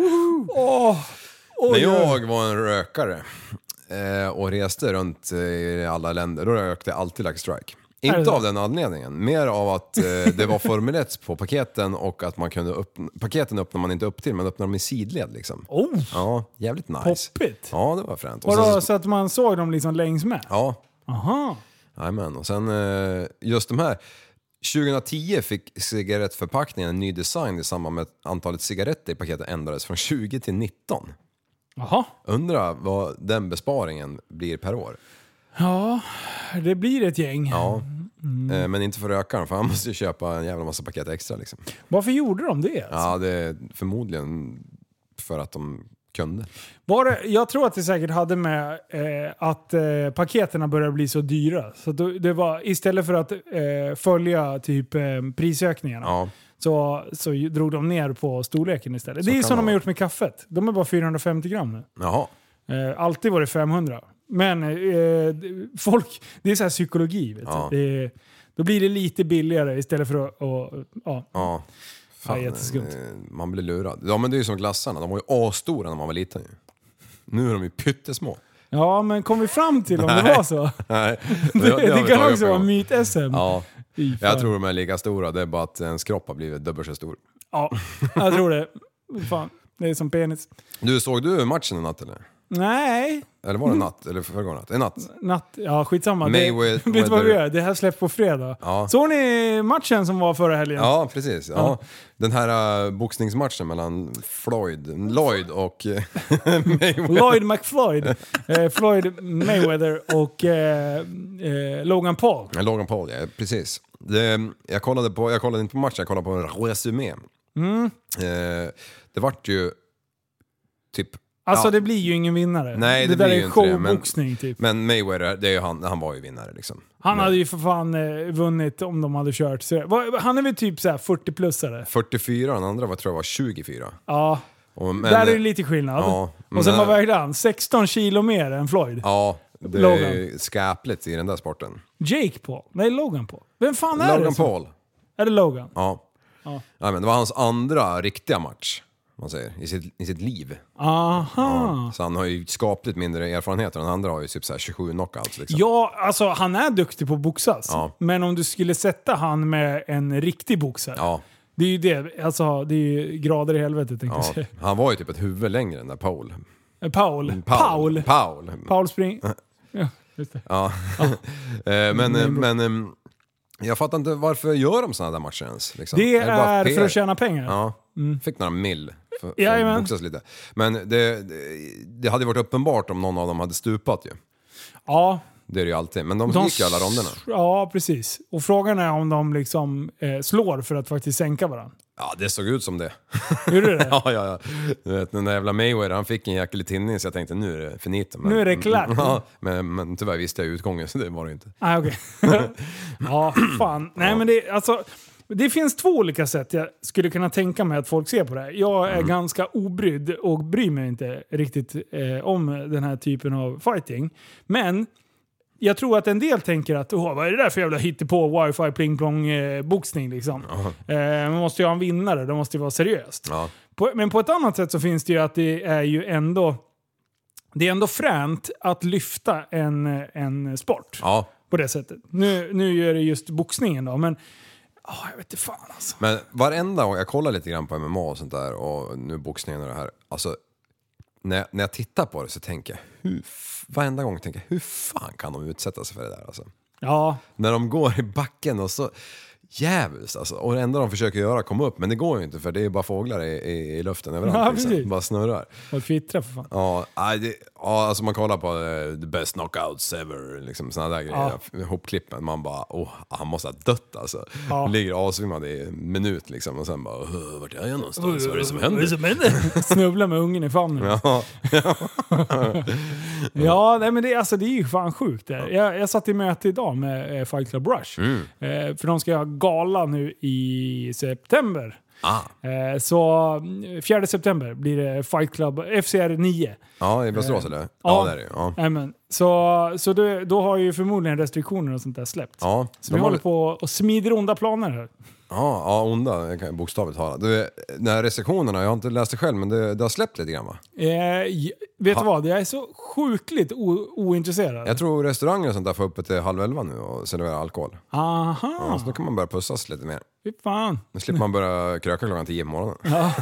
när jag var en rökare och reste runt i alla länder, då rökte jag alltid Lucky Strike. Inte av den anledningen, mer av att det var Formel 1 på paketen och att man kunde paketen öppnar man inte upp till, man öppnar dem i sidled liksom. Ja, jävligt nice. Poppigt. Ja, det var fränt. Och då, så att man såg dem liksom längs med? Ja. Aha. Jajamän, och sen just de här 2010 fick cigarettförpackningen en ny design i samband med att antalet cigaretter i paketet ändrades från 20 till 19. Jaha. Undrar vad den besparingen blir per år. Ja, det blir ett gäng. Ja, men inte för rökaren, för han måste ju köpa en jävla massa paket extra liksom. Varför gjorde de det? Alltså? Ja, det är förmodligen för att de kunde. Jag tror att det säkert hade med att paketerna började bli så dyra. Så det var, istället för att följa typ prisökningarna, så drog de ner på storleken istället. Så det är som de har gjort med kaffet. De är bara 450 gram nu. Jaha. Alltid var det 500. Men folk, det är så här psykologi. Vet du? Då blir det lite billigare istället för att... Ja. Fan, man blir lurad. Ja, men det är ju som glassarna. De var ju astora när man var liten. Nu är de ju pyttesmå. Ja, men kom vi fram till om det var så? Nej. Det kan också vara myt-SM. Ja, jag tror de är lika stora. Det är bara att ens kropp har blivit dubbelt så stor. Ja, jag tror det. Fan, det är som penis. Såg du matchen i natt eller? Nej. Eller var det natt? Eller förrgår natt? Natt, ja skitsamma. Vet du vad vi gör? Det här släpps på fredag. Ja. Såg ni matchen som var förra helgen? Ja, precis. Ja. Den här boxningsmatchen mellan Lloyd och Mayweather. Lloyd McFloyd. Floyd Mayweather och Logan Paul. Logan Paul, ja, precis. Jag kollade inte på matchen, jag kollade på en resumé. Det vart ju typ... Alltså det blir ju ingen vinnare. Nej, det där blir är ju inte det. showboxning typ. Men Mayweather, det är ju han var ju vinnare liksom. Han hade ju för fan vunnit om de hade kört. Han är väl typ så här 40-plussare. 44, den andra tror jag var 24. Ja, där är det lite skillnad. Ja, och sen vad vägde han? 16 kilo mer än Floyd. Ja, det är skäpligt i den där sporten. Jake Paul? Nej, Logan Paul. Vem fan är Logan det? Logan Paul. Är det Logan? Ja. Ja, men det var hans andra riktiga match. Man säger, i sitt liv. Aha. Ja, så han har ju skapligt mindre erfarenheter. Den andra har ju typ så här 27 knockouts liksom. Ja, alltså han är duktig på boxas. Ja. Men om du skulle sätta han med en riktig boxare. Ja. Det är ju det. Alltså det är ju grader i helvetet tänkte jag säga. Han var ju typ ett huvud längre än där Paul. Paul Spring. Ja, just det. Ja. Men jag fattar inte varför gör de såna där matcher ens liksom. Det är för att tjäna pengar. Ja. Fick några mill för att boxas lite. Men det hade varit uppenbart om någon av dem hade stupat ju. Ja. Det är det ju alltid. Men de gick ju alla ronderna. Ja, precis. Och frågan är om de liksom slår för att faktiskt sänka varandra. Ja, det såg ut som det. Gjorde det? Ja. Du vet, den där jävla Mayweather, han fick en jäkla tinning så jag tänkte nu är det finito. Nu är det klart. Ja, men tyvärr visste jag utgången så det var det inte. Ah, okej. Ja, fan. Nej, men det finns två olika sätt jag skulle kunna tänka mig att folk ser på det här. Jag är ganska obrydd och bryr mig inte riktigt om den här typen av fighting. Men jag tror att en del tänker att vad är det där för jävla hittepå wifi pling plong boxning liksom. Man måste ju ha en vinnare, det måste ju vara seriöst. Ja. Men på ett annat sätt så finns det ju att det är ju ändå fränt att lyfta en sport. Ja. På det sättet. Nu gör det just boxningen då, men jag vet inte fan alltså. Men varenda gång jag kollar lite grann på MMA och sånt där och nu boxningen och det här, alltså när jag tittar på det så tänker jag varenda gång tänker jag, hur fan kan de utsätta sig för det där alltså? Ja. När de går i backen och så jävels alltså. Och det enda de försöker göra komma upp, men det går ju inte för det är bara fåglar i luften överallt. Ja, liksom. Bara snurrar. Och kvittrar för fan. Ja, alltså man kollar på the best knockouts ever, liksom såna där grejer. Hopklippen, man bara, han måste ha dött alltså. Ja. Ligger avsvimmad i en minut liksom och sen bara, vart är jag någonstans? Vad är det som händer? Snubbla med ungen i famnen. Ja, nej, men det är ju fan sjukt det. Jag satt i möte idag med Fight Club Rush. För de ska ha gala nu i september. Så 4 september blir det Fight Club FCR 9. Ja, i Västerås eller? Ja, det är det. Ja. Amen. Så då har ju förmodligen restriktioner och sånt där släppt. Ja, så vi håller på och smider onda planer här. Ja, onda, jag kan bokstavligt tala. De här restriktionerna, jag har inte läst det själv, men det har släppt lite grann va? Vet du vad, jag är så sjukligt ointresserad. Jag tror restauranger och sånt där får uppe till 10:30 nu och serverar alkohol. Aha. Ja, så då kan man börja pussas lite mer. Fy fan. Nu slipper man börja kröka klockan 10 på morgonen. Ja.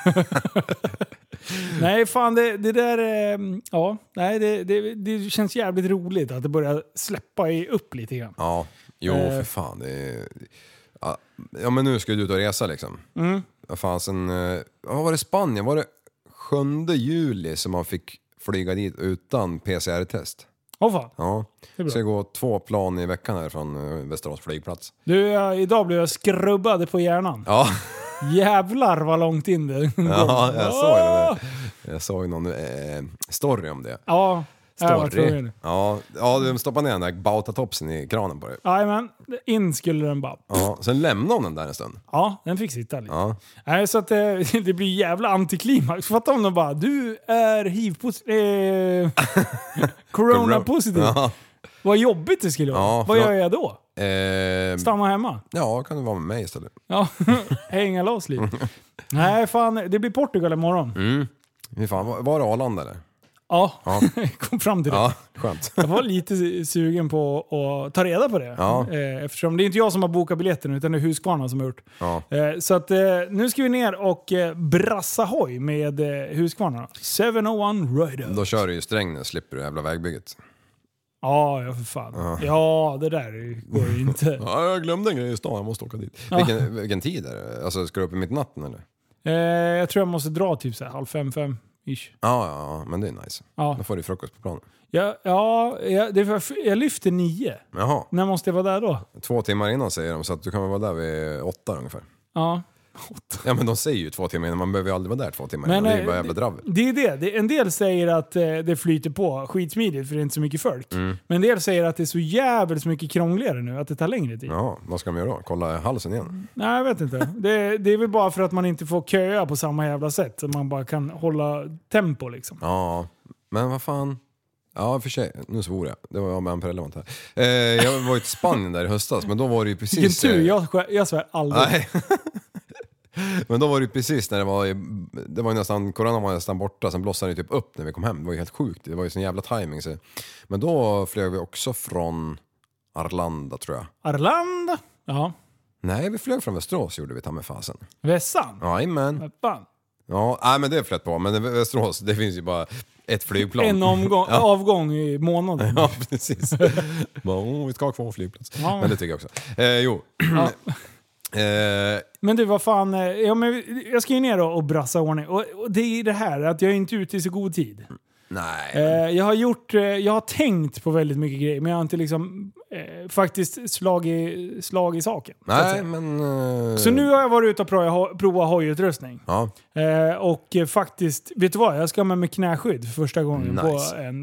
Nej, fan det där... Ja, nej, det känns jävligt roligt att det börjar släppa upp lite grann. Ja, jo för fan. Det är... Ja, men nu ska du ut och resa liksom. Vad fan, sen... Vad var det, Spanien? Var det 7 juli som man fick flyga dit utan PCR-test? Fan. Ja, det ska gå 2 plan i veckan här från Västerås flygplats. Du, idag blev jag skrubbad på hjärnan. Ja. Jävlar vad långt in det går. Ja, jag såg någon story om det. Ja, story. Ja, de stoppade ner den där bautatopsen i kranen på det. Ja, men in skulle den bara. Ja, sen lämnade hon den där en stund. Ja, den fick sitta lite. Ja. Nej, så att det blir jävla antiklimax. Fatta om de bara, du är corona-positiv. Ja. Vad jobbigt det skulle vara. Ja, vad gör jag då? Stanna hemma? Ja, kan du vara med mig istället. Ja, hänga loss lite. Nej, fan, det blir Portugal imorgon. Fan, var det Arlanda eller? Ja, jag kom fram till det. Ja, skönt. Jag var lite sugen på att ta reda på det. Ja. Eftersom det är inte jag som har bokat biljetten utan det är Husqvarna som har gjort. Ja. Så att nu ska vi ner och brassa hoj med Husqvarna. 701 Rider. Då kör du ju Strängnäs, slipper du jävla vägbygget. Ja, för fan. Ja, det där går ju inte. Ja, jag glömde en grej i stan, jag måste åka dit. Vilken tid är det? Alltså, ska du upp i mitt natten eller? Jag tror jag måste dra typ så här 4:30, 5-ish. Ja, men det är nice. Ja. Då får du frukost på planen. Jag lyfter 9. Jaha. När måste jag vara där då? 2 timmar innan säger de, så att du kan vara där vid 8 ungefär. Ja. Ja, men de säger ju 2 timmar innan, man behöver ju aldrig vara där 2 timmar innan. Det är ju bara jävla dravel. Det är det. En del säger att det flyter på skitsmidigt för det är inte så mycket folk. Men en del säger att det är så jävligt mycket krångligare nu att det tar längre tid. Ja, vad ska de göra då? Kolla halsen igen? Nej, jag vet inte. Det är väl bara för att man inte får köa på samma jävla sätt. Så man bara kan hålla tempo liksom. Ja, men vad fan... Ja, för sig. Nu svor jag. Det var jag med en prelevant här. Jag var ju i Spanien där i höstas, men då var det ju precis... Vilken tur, jag svär aldrig. Nej. Men då var det ju precis när det var ju nästan, corona var nästan borta, sen blossade det typ upp när vi kom hem. Det var ju helt sjukt, det var ju sån jävla timing. Så. Men då flög vi också från Arlanda, tror jag. Arlanda? Ja. Nej, vi flög från Västerås, gjorde vi, ta med fasen. Vässan? Jajamän. Ja, nej, men det flöt på. Men Västerås, det finns ju bara ett flygplan. En avgång i månaden. Ja, precis. Vi ska ha kvar flygplats. Ja. Men det tycker jag också. Jo. Ja. Men du, vad fan, men jag ska ju ner och brassa ordning. Och det är det här att jag är inte ute i så god tid. Nej. Jag har tänkt på väldigt mycket grejer, men jag har inte liksom faktiskt slag i saken. Nej, men... Så nu har jag varit ute och provat hojutrustning. Ja. Och faktiskt, vet du vad? Jag ska med knäskydd för första gången på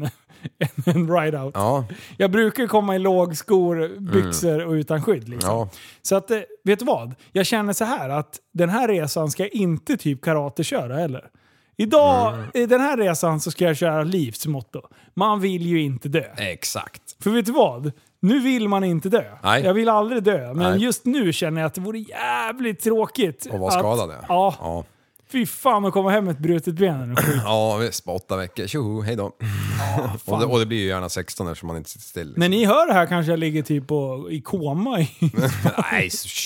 en ride-out. Ja. Jag brukar komma i lågskor, byxor och utan skydd. Liksom. Ja. Så att, vet du vad? Jag känner så här att den här resan ska inte typ karate köra heller. Idag, i den här resan så ska jag köra livsmotto. Man vill ju inte dö. Exakt. För vet du vad? Nu vill man inte dö. Nej. Jag vill aldrig dö. Men just nu känner jag att det vore jävligt tråkigt. Och vara skadad. Ja. Fy fan, man kommer hem med ett brutet ben. Ja, visst. 8 veckor. Tjoho, hej då. Ja, och det blir ju gärna 16 eftersom man inte sitter still. Liksom. När ni hör det här kanske jag ligger typ i koma. Nej,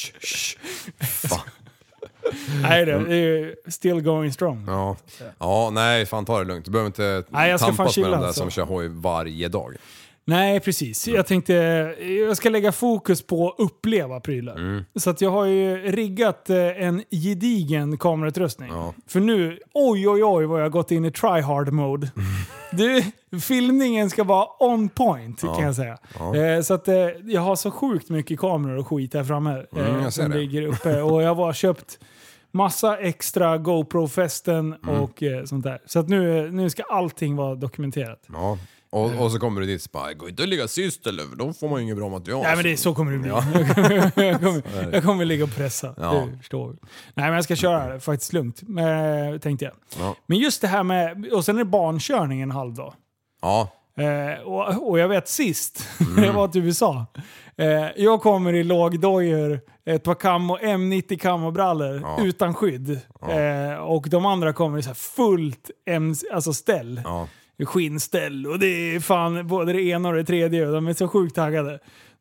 fan. Nej, det är still going strong. Ja, nej, fan ta det lugnt. Du behöver inte tampas med de där som kör hoj varje dag. Nej, precis. Jag tänkte jag ska lägga fokus på att uppleva prylar. Så att jag har ju riggat en gedigen kamerautrustning. Ja. För nu, oj vad jag har gått in i try-hard mode. Filmningen ska vara on point kan jag säga. Ja. Så att jag har så sjukt mycket kameror och skit här framme som ligger uppe. Och jag har köpt massa extra GoPro-fästen och sånt där. Så att nu ska allting vara dokumenterat. Ja. Och så kommer du dit och bara, gå inte att ligga sist eller då får man ju inget bra material. Nej men så kommer det bli. Jag kommer ligga och pressa. Ja. Du förstår. Nej men jag ska köra det faktiskt lugnt. Tänkte jag. Ja. Men just det här med, och sen är det barnkörning en halv dag. Ja. Och jag vet sist, jag var till USA. Jag kommer i lågdojor, ett par M90 kammobrallor utan skydd. Och de andra kommer i så här fullt alltså ställ. Ja. Skinnställ. Och det är fan både det ena och det tredje. De är så sjukt taggade.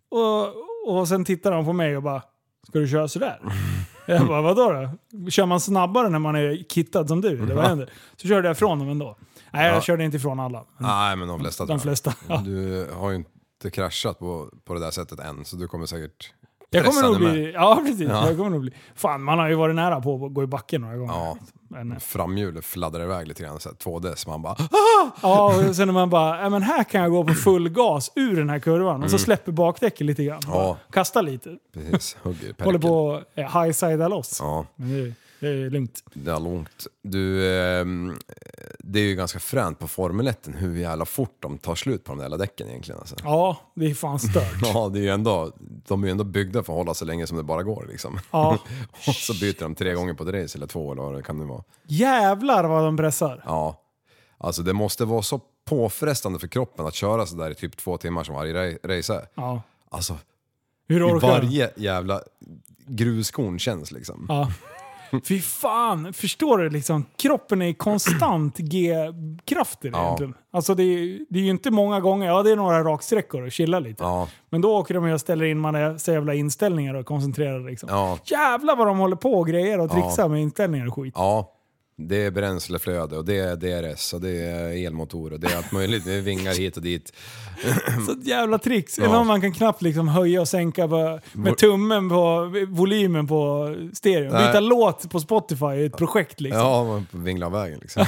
Och sen tittar de på mig och bara, ska du köra sådär? Jag bara, vadå då? Kör man snabbare när man är kittad som du? Eller vad händer? Så körde jag ifrån dem ändå. Nej, jag körde inte ifrån alla. Nej, men de flesta. De flesta. Ja. Du har ju inte kraschat på det där sättet än, så du kommer säkert jag kommer nog bli... med. Ja, precis. Ja. Jag kommer nog bli... Fan, man har ju varit nära på att gå i backen några gånger. Ja. Men, Framhjulet fladdrar iväg lite grann, så här 2D, så man bara... ja, och sen när man bara, men här kan jag gå på full gas ur den här kurvan. Och så släpper bakdäcket lite grann. Ja. Kastar lite. Precis, hugger Håller på att high-sida loss. Ja. Men det är lugnt. Det är långt. Du, det är ju ganska fränt på Formel 1 hur jävla fort de tar slut på de där jävla däcken egentligen. Alltså. Ja, det är fan stört. Ja, det är ju ändå, de är ju ändå byggda för att hålla så länge som det bara går liksom. Ja. Och så byter de 3 gånger på ett race eller 2 eller vad det kan det vara. Jävlar vad de pressar. Ja, alltså det måste vara så påfrestande för kroppen att köra så där i typ 2 timmar som varje race är. Ja. Alltså, Hur i orkar varje jävla gruskorn känns liksom. Ja. Fy fan, förstår du liksom? Kroppen är i konstant G-krafter egentligen. Alltså det är ju inte många gånger, ja det är några raksträckor och chilla lite. Ja. Men då åker de och ställer in man så jävla inställningar och koncentrerar liksom. Ja. Jävlar vad de håller på och grejer och trixar med inställningar och skit. Ja, det är bränsleflöde och det är DRS och det är elmotor och det är allt möjligt. Det är vingar hit och dit. Så ett jävla tricks. Eller om man kan knappt liksom höja och sänka med tummen på volymen på stereo. Byta låt på Spotify är ett projekt liksom. Ja, man vinglar vägen liksom.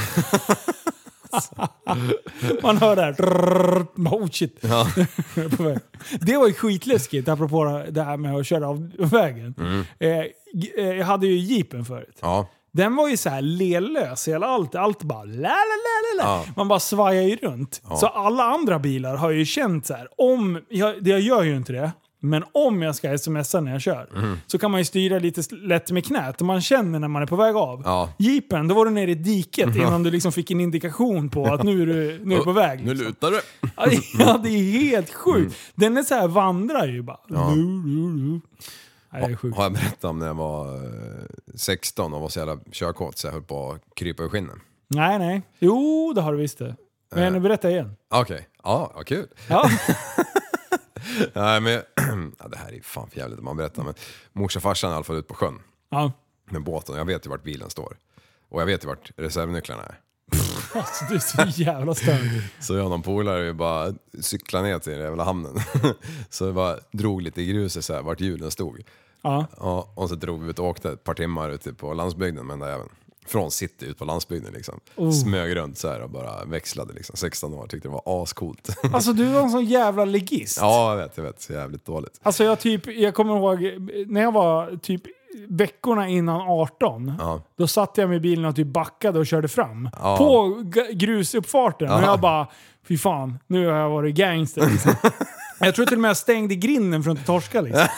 Man hör där. Oh shit. Ja. Det var ju skitläskigt apropå det här med att köra av vägen. Jag hade ju jeepen förut. Ja. Den var ju så här lelös. Allt bara la. Man bara svajar ju runt. Ja. Så alla andra bilar har ju känt så här. Jag gör ju inte det. Men om jag ska smsa när jag kör så kan man ju styra lite lätt med knät. Och man känner när man är på väg av. Ja. Jeepen, då var du nere i diket innan du liksom fick en indikation på att nu är du på väg. Nu liksom. lutar du. Ja, det är helt sjukt. Den är så här, vandrar ju bara. Ja. Nej, det är sjukt. Har jag berättat om när jag var 16 och var så jävla körkåt så jag höll på att krypa ur skinnen? Nej. Jo, det har du visst det. Men berätta igen. Okej. Ja, vad kul. Ja. Nej, men ja, det här är fan för jävligt man berättar, men morsa och farsan är i alla fall ut på sjön Ja. med båten. Jag vet ju vart bilen står. Och jag vet ju vart reservnycklarna är. Alltså, du är så jävla störd. Så jag och någon polare bara cykla ner till den jävla hamnen. Så jag bara drog lite i gruset så här, vart hjulen stod. Ja. Ja, och så drog vi ut och åkte ett par timmar ute på landsbygden med den där även. Från city ut på landsbygden liksom. Smög runt så här och bara växlade liksom. 16 år, tyckte det var ascoolt. Alltså du var en sån jävla legist. Ja, jag vet. Så jävligt dåligt. Alltså jag kommer ihåg när jag var typ veckorna innan 18. Ja. Då satt jag med bilen och typ backade och körde fram. Ja. På grusuppfarten. Och jag bara, fy fan, nu har jag varit gangster liksom. Jag tror till och med jag stängde grinden från att torska liksom.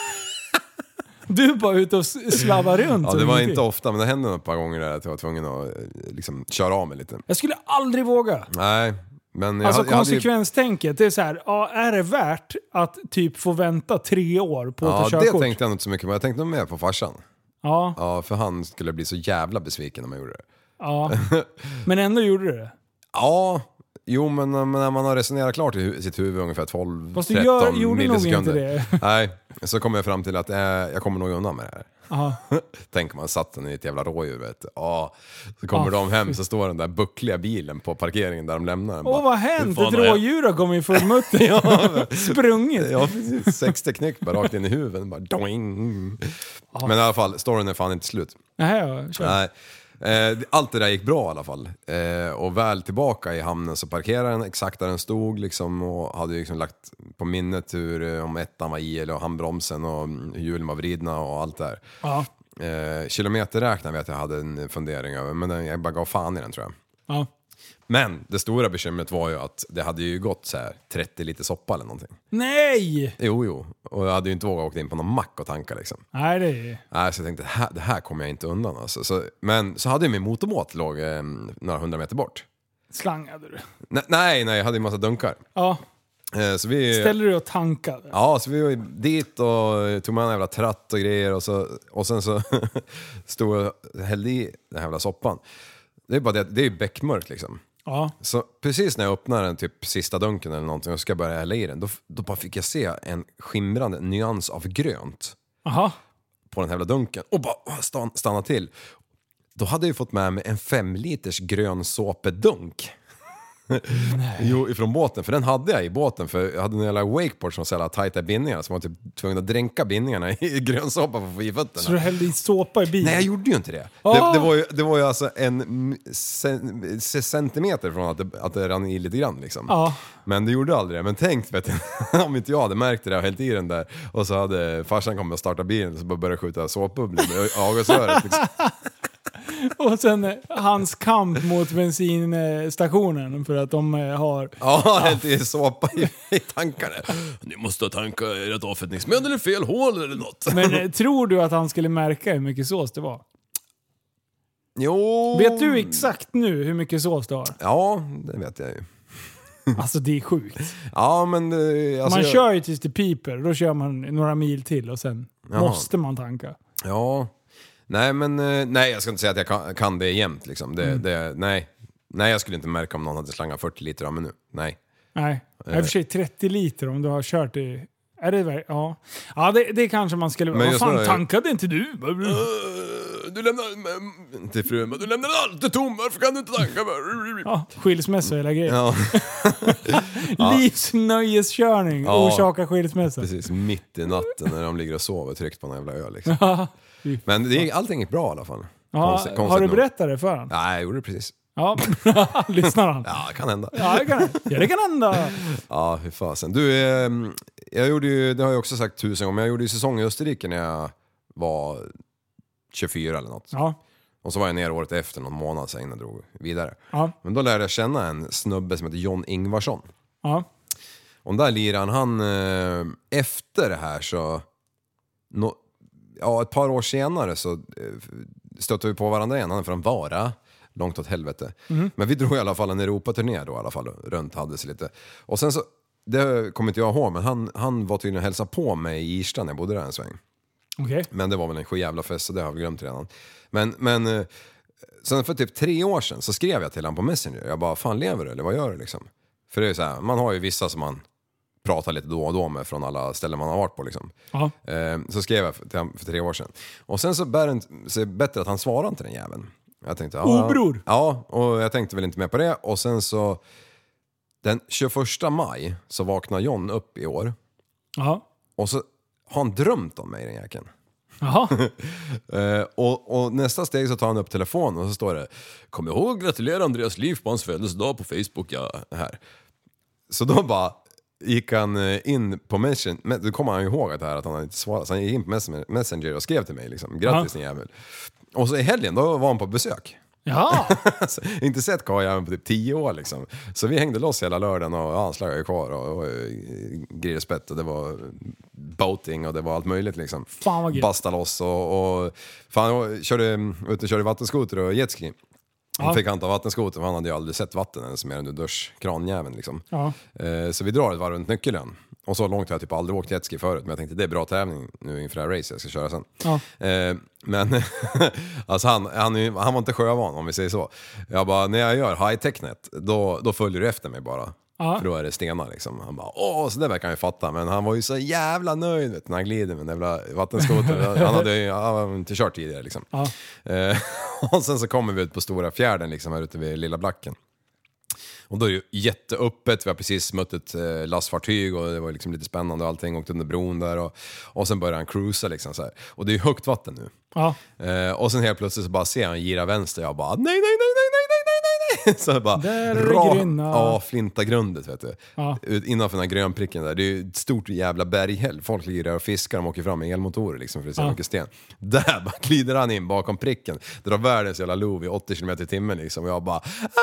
Du bara ute och slavvar runt. Ja, det var inte ofta, men det hände ett par gånger där att jag var tvungen att liksom köra av mig lite. Jag skulle aldrig våga. Nej, men Alltså jag hade konsekvenstänket, det är så här, ja, är det värt att typ få vänta 3 år på att ta det körkort? tänkte jag inte så mycket på. Jag tänkte nog mer på farsan. Ja. Ja, för han skulle bli så jävla besviken när man gjorde det. Ja. Men ändå gjorde du det. Ja, jo, men när man har resonerat klart i sitt huvud ungefär 12-13 Fast du gjorde nog inte det. Nej, så kom jag fram till att jag kommer nog undan med det här. Aha. Tänk man satt den i ett jävla rådjur, vet du. Så kommer de hem, så står den där buckliga bilen på parkeringen där de lämnar den. Åh, vad hänt? Ett rådjur har kommit i full mutter. Sprungit. Ja, precis. 60 knyck bara rakt in i huvudet. Bara doing. Men i alla fall, storyn är fan inte slut. Nej, kör. Nej. Allt det där gick bra i alla fall. Och väl tillbaka i hamnen så parkerade den exakt där den stod liksom, och hade liksom lagt på minnet hur om ettan var i eller handbromsen och hur hjulen var vridna och allt där. Ja. Kilometerräknaren vet jag hade en fundering över, men jag bara gav fan i den tror jag. Ja. Men det stora bekymret var ju att det hade ju gått så här 30 liter soppa eller någonting. Nej! Jo. Och jag hade ju inte vågat åka in på någon mack och tanka liksom. Nej, det är... Nej, så jag tänkte, det här kommer jag inte undan alltså. Men så hade jag min motorbåt låg några 100 meter bort. Slangade du? Nej, jag hade ju massa dunkar. Ja. Så vi... Ställde du och tankade? Ja, så vi var dit och tog med en jävla tratt och grejer och sen så stod jag och hällde i den här jävla soppan. Det är bara det är ju bäckmörkt liksom. Ja. Så precis när jag öppnar den typ sista dunken eller någonting och ska börja hälla i den, då bara fick jag se en skimrande nyans av grönt. Aha. På den här jävla dunken och bara stanna till. Då hade jag ju fått med mig en 5 liters grön såpedunk. Jo, ifrån båten, för den hade jag i båten, för jag hade en jävla wakeboard som så tajta bindningar, så man var typ tvungen att dränka bindningarna i grönsåpa för att få i fötterna. Så du hällde i såpa i bilen? Nej, jag gjorde ju inte det. Det var ju alltså en centimeter från att det rann i lite grann liksom. Ja. Men det gjorde aldrig det. Men tänk, vet du, om inte jag hade märkt det och hällt i den där, och så hade farsan kommit och starta bilen och så började skjuta såpbubblor med avgasröret liksom. Och sen hans kamp mot bensinstationen för att de har... Ja, helt i såpa i tankarna. Ni måste ha tanka ert avfettningsmedel i fel hål eller något. Men tror du att han skulle märka hur mycket sås det var? Jo. Vet du exakt nu hur mycket sås det har? Ja, det vet jag ju. Alltså det är sjukt. Ja, men... Alltså, man kör ju tills det piper, då kör man några mil till och sen måste man tanka. Ja. Nej, men nej, jag ska inte säga att jag kan det jämt liksom. Nej, jag skulle inte märka om någon hade slangat 40 liter av mig nu. Nej. Nej, i och för sig 30 liter om du har kört i... Är det ja. Ja, det kanske man skulle... Vad fan, tankade inte du? Du lämnar till frun, men du lämnar alltid tom. Varför kan du inte tanka? Ja, skilsmässa hela grejen. Ja. Livsnöjeskörning orsakar skilsmässa. Precis, mitt i natten när de ligger och sover tryckt på en jävla öl liksom. Men allting gick bra i alla fall. Ja, har du berättat det för honom? Nej, jag gjorde det precis. Ja, lyssnar han? Ja, det kan hända. Ja, det kan hända. Ja, hur fasen. Du, jag gjorde ju, det har jag också sagt 1000 gånger, men jag gjorde ju säsong i Österrike när jag var 24 eller något. Ja. Och så var jag ner året efter, någon månad sen jag drog vidare. Ja. Men då lärde jag känna en snubbe som heter John Ingvarsson. Ja. Och där liran han efter det här så... ett par år senare så stötte vi på varandra igen. Han är från Vara, långt åt helvete. Mm. Men vi drog i alla fall en Europaturné då i alla fall, runt hade sig lite. Och sen så, det kommer inte jag ihåg, men han var tydligen och hälsade på mig i Irsta när jag bodde där en sväng. Okay. Men det var väl en jävla fest, så det har vi glömt redan. Men sen för typ 3 år sedan så skrev jag till honom på Messenger. Jag bara, fan lever du eller vad gör du liksom? För det är så här, man har ju vissa som man pratar lite då och då med från alla ställen man har varit på liksom. Så skrev jag till honom för 3 år sedan. Och sen så är det bättre att han svarar inte den jäveln. Jag tänkte, bror. Ja, och jag tänkte väl inte mer på det. Och sen så den 21 maj så vaknar John upp i år. Ja. Och så har han drömt om mig, den jäkeln. Jaha. och nästa steg så tar han upp telefonen och så står det: kom ihåg, gratulera Andreas Liv på hans födelsedag på Facebook, här. Så då bara gick han in på Messenger. Då kommer han ihåg att han inte svarat. Så han gick in på Messenger och skrev till mig liksom, grattis din jävel. Och så i helgen då var han på besök. Ja. Alltså, inte sett karljäveln på typ 10 år liksom. Så vi hängde loss hela lördagen och han slagade kvar och grillspett och det var boating och det var allt möjligt liksom. Fan vad gött. Basta loss och fan, körde vattenskoter och jetski. Ja. Fick han ta vattenskoter, för han hade ju aldrig sett vatten ens mer än duschkranjäveln liksom. Ja. Så vi drar ett varv runt Nyckelön. Och så långt har jag typ aldrig åkt jetski förut. Men jag tänkte det är bra tävling nu inför det här race jag ska köra sen. Ja. Men alltså han var inte sjövan om vi säger så. Jag bara, när jag gör high-technet då följer du efter mig bara. Ja. För då är det stenar liksom. Han bara, så det verkar han ju fatta. Men han var ju så jävla nöjd, vet, när han glider med den jävla vattenskoter. Han hade inte kört tidigare liksom. Ja. Och sen så kommer vi ut på Stora fjärden liksom, här ute vid Lilla Blacken. Och då är det ju jätteöppet. Vi har precis mött ett lastfartyg och det var liksom lite spännande och allting. Åkte under bron där och sen började han cruisa liksom så här. Och det är ju högt vatten nu. Ja. Och sen helt plötsligt så bara ser han gira vänster. Jag bara, nej. Så bara där är grynna. Ja, flintagrundet vet du. Ja. Innanför den här grönpricken där. Det är ju ett stort jävla berghäll. Folk ligger där och fiskar, de åker fram med elmotorer liksom för det är så mycket sten. Där bara glider han in bakom pricken. Drar världens jävla lov i 80 km/h liksom. Och jag bara